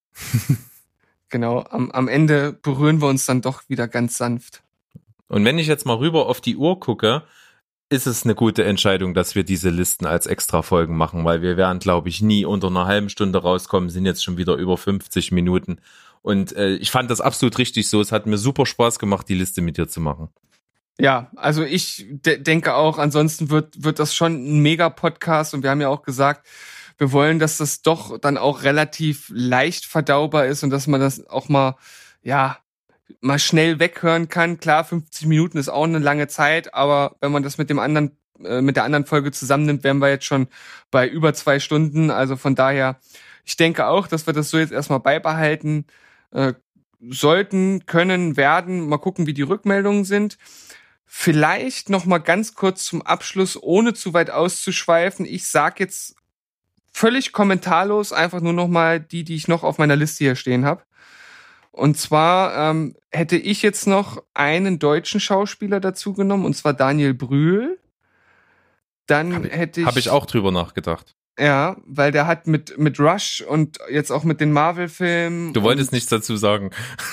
Genau, am, am Ende berühren wir uns dann doch wieder ganz sanft. Und wenn ich jetzt mal rüber auf die Uhr gucke, ist es eine gute Entscheidung, dass wir diese Listen als Extra-Folgen machen, weil wir werden, glaube ich, nie unter einer halben Stunde rauskommen, sind jetzt schon wieder über fünfzig Minuten. Und äh, ich fand das absolut richtig so. Es hat mir super Spaß gemacht, die Liste mit dir zu machen. Ja, also ich de- denke auch, ansonsten wird wird das schon ein Mega-Podcast und wir haben ja auch gesagt, wir wollen, dass das doch dann auch relativ leicht verdaubar ist und dass man das auch mal, ja, mal schnell weghören kann. Klar, fünfzig Minuten ist auch eine lange Zeit, aber wenn man das mit dem anderen, äh, mit der anderen Folge zusammennimmt, wären wir jetzt schon bei über zwei Stunden. Also von daher, ich denke auch, dass wir das so jetzt erstmal beibehalten äh, sollten, können, werden. Mal gucken, wie die Rückmeldungen sind. Vielleicht noch mal ganz kurz zum Abschluss, ohne zu weit auszuschweifen. Ich sag jetzt völlig kommentarlos einfach nur noch mal die, die ich noch auf meiner Liste hier stehen habe. Und zwar ähm, hätte ich jetzt noch einen deutschen Schauspieler dazu genommen, und zwar Daniel Brühl. Dann Habe hätte ich, hab ich auch drüber nachgedacht. ja, weil der hat mit mit Rush und jetzt auch mit den Marvel-Filmen. Du wolltest und, nichts dazu sagen.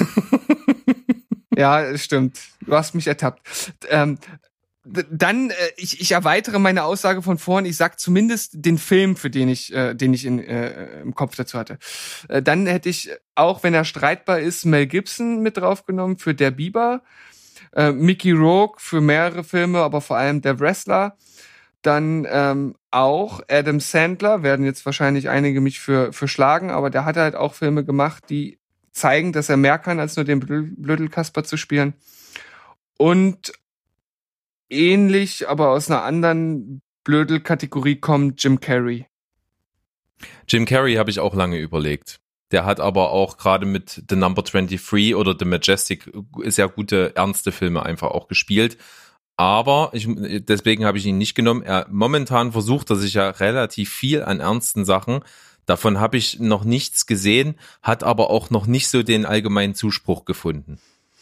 Ja, stimmt. Du hast mich ertappt. Ähm, d- dann, äh, ich, ich erweitere meine Aussage von vorhin. Ich sag zumindest den Film, für den ich, äh, den ich in, äh, im Kopf dazu hatte. Äh, dann hätte ich, auch wenn er streitbar ist, Mel Gibson mit draufgenommen für Der Biber. Äh, Mickey Rourke für mehrere Filme, aber vor allem Der Wrestler. Dann ähm, auch Adam Sandler, werden jetzt wahrscheinlich einige mich für, für schlagen, aber der hat halt auch Filme gemacht, die zeigen, dass er mehr kann, als nur den Blö- Blödelkasper zu spielen. Und ähnlich, aber aus einer anderen Blödel-Kategorie kommt Jim Carrey. Jim Carrey habe ich auch lange überlegt. Der hat aber auch gerade mit The Number twenty-three oder The Majestic sehr gute, ernste Filme einfach auch gespielt. Aber ich, deswegen habe ich ihn nicht genommen. Er momentan versucht er sich ja relativ viel an ernsten Sachen. Davon habe ich noch nichts gesehen, hat aber auch noch nicht so den allgemeinen Zuspruch gefunden.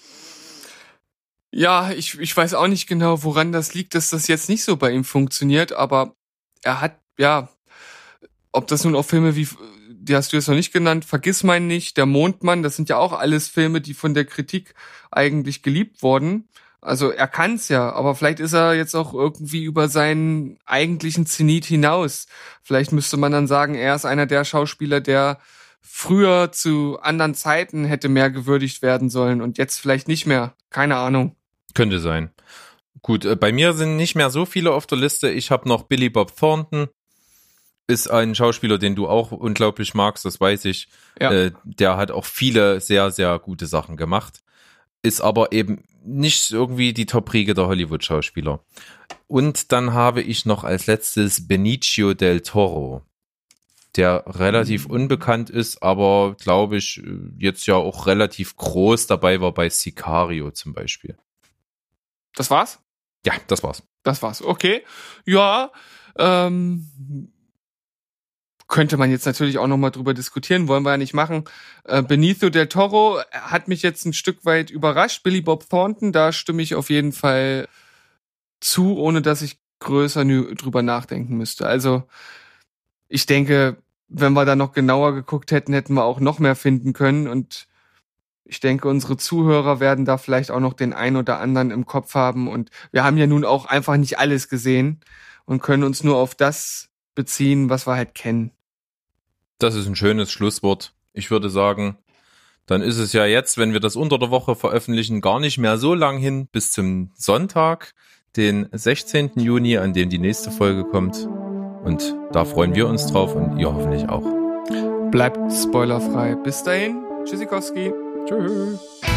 Ja, ich, ich weiß auch nicht genau, woran das liegt, dass das jetzt nicht so bei ihm funktioniert, aber er hat, ja, ob das nun auch Filme wie, die hast du jetzt noch nicht genannt, Vergiss mein nicht, Der Mondmann, das sind ja auch alles Filme, die von der Kritik eigentlich geliebt wurden. Also er kann's ja, aber vielleicht ist er jetzt auch irgendwie über seinen eigentlichen Zenit hinaus. Vielleicht müsste man dann sagen, er ist einer der Schauspieler, der früher zu anderen Zeiten hätte mehr gewürdigt werden sollen und jetzt vielleicht nicht mehr. Keine Ahnung. Könnte sein. Gut, äh, bei mir sind nicht mehr so viele auf der Liste. Ich habe noch Billy Bob Thornton. Ist ein Schauspieler, den du auch unglaublich magst, das weiß ich. Ja. Äh, der hat auch viele sehr, sehr gute Sachen gemacht. Ist aber eben nicht irgendwie die Top-Riege der Hollywood-Schauspieler. Und dann habe ich noch als letztes Benicio del Toro, der relativ unbekannt ist, aber glaube ich jetzt ja auch relativ groß dabei war bei Sicario zum Beispiel. Das war's? Ja, das war's. Das war's. Okay. Ja, ähm, könnte man jetzt natürlich auch nochmal drüber diskutieren, wollen wir ja nicht machen. Äh, Benicio del Toro hat mich jetzt ein Stück weit überrascht. Billy Bob Thornton, da stimme ich auf jeden Fall zu, ohne dass ich größer nü- drüber nachdenken müsste. Also ich denke, wenn wir da noch genauer geguckt hätten, hätten wir auch noch mehr finden können. Und ich denke, unsere Zuhörer werden da vielleicht auch noch den einen oder anderen im Kopf haben. Und wir haben ja nun auch einfach nicht alles gesehen und können uns nur auf das beziehen, was wir halt kennen. Das ist ein schönes Schlusswort. Ich würde sagen, dann ist es ja jetzt, wenn wir das unter der Woche veröffentlichen, gar nicht mehr so lang hin bis zum Sonntag, den sechzehnten Juni, an dem die nächste Folge kommt. Und da freuen wir uns drauf und ihr hoffentlich auch. Bleibt spoilerfrei. Bis dahin. Tschüssikowski. Tschüss.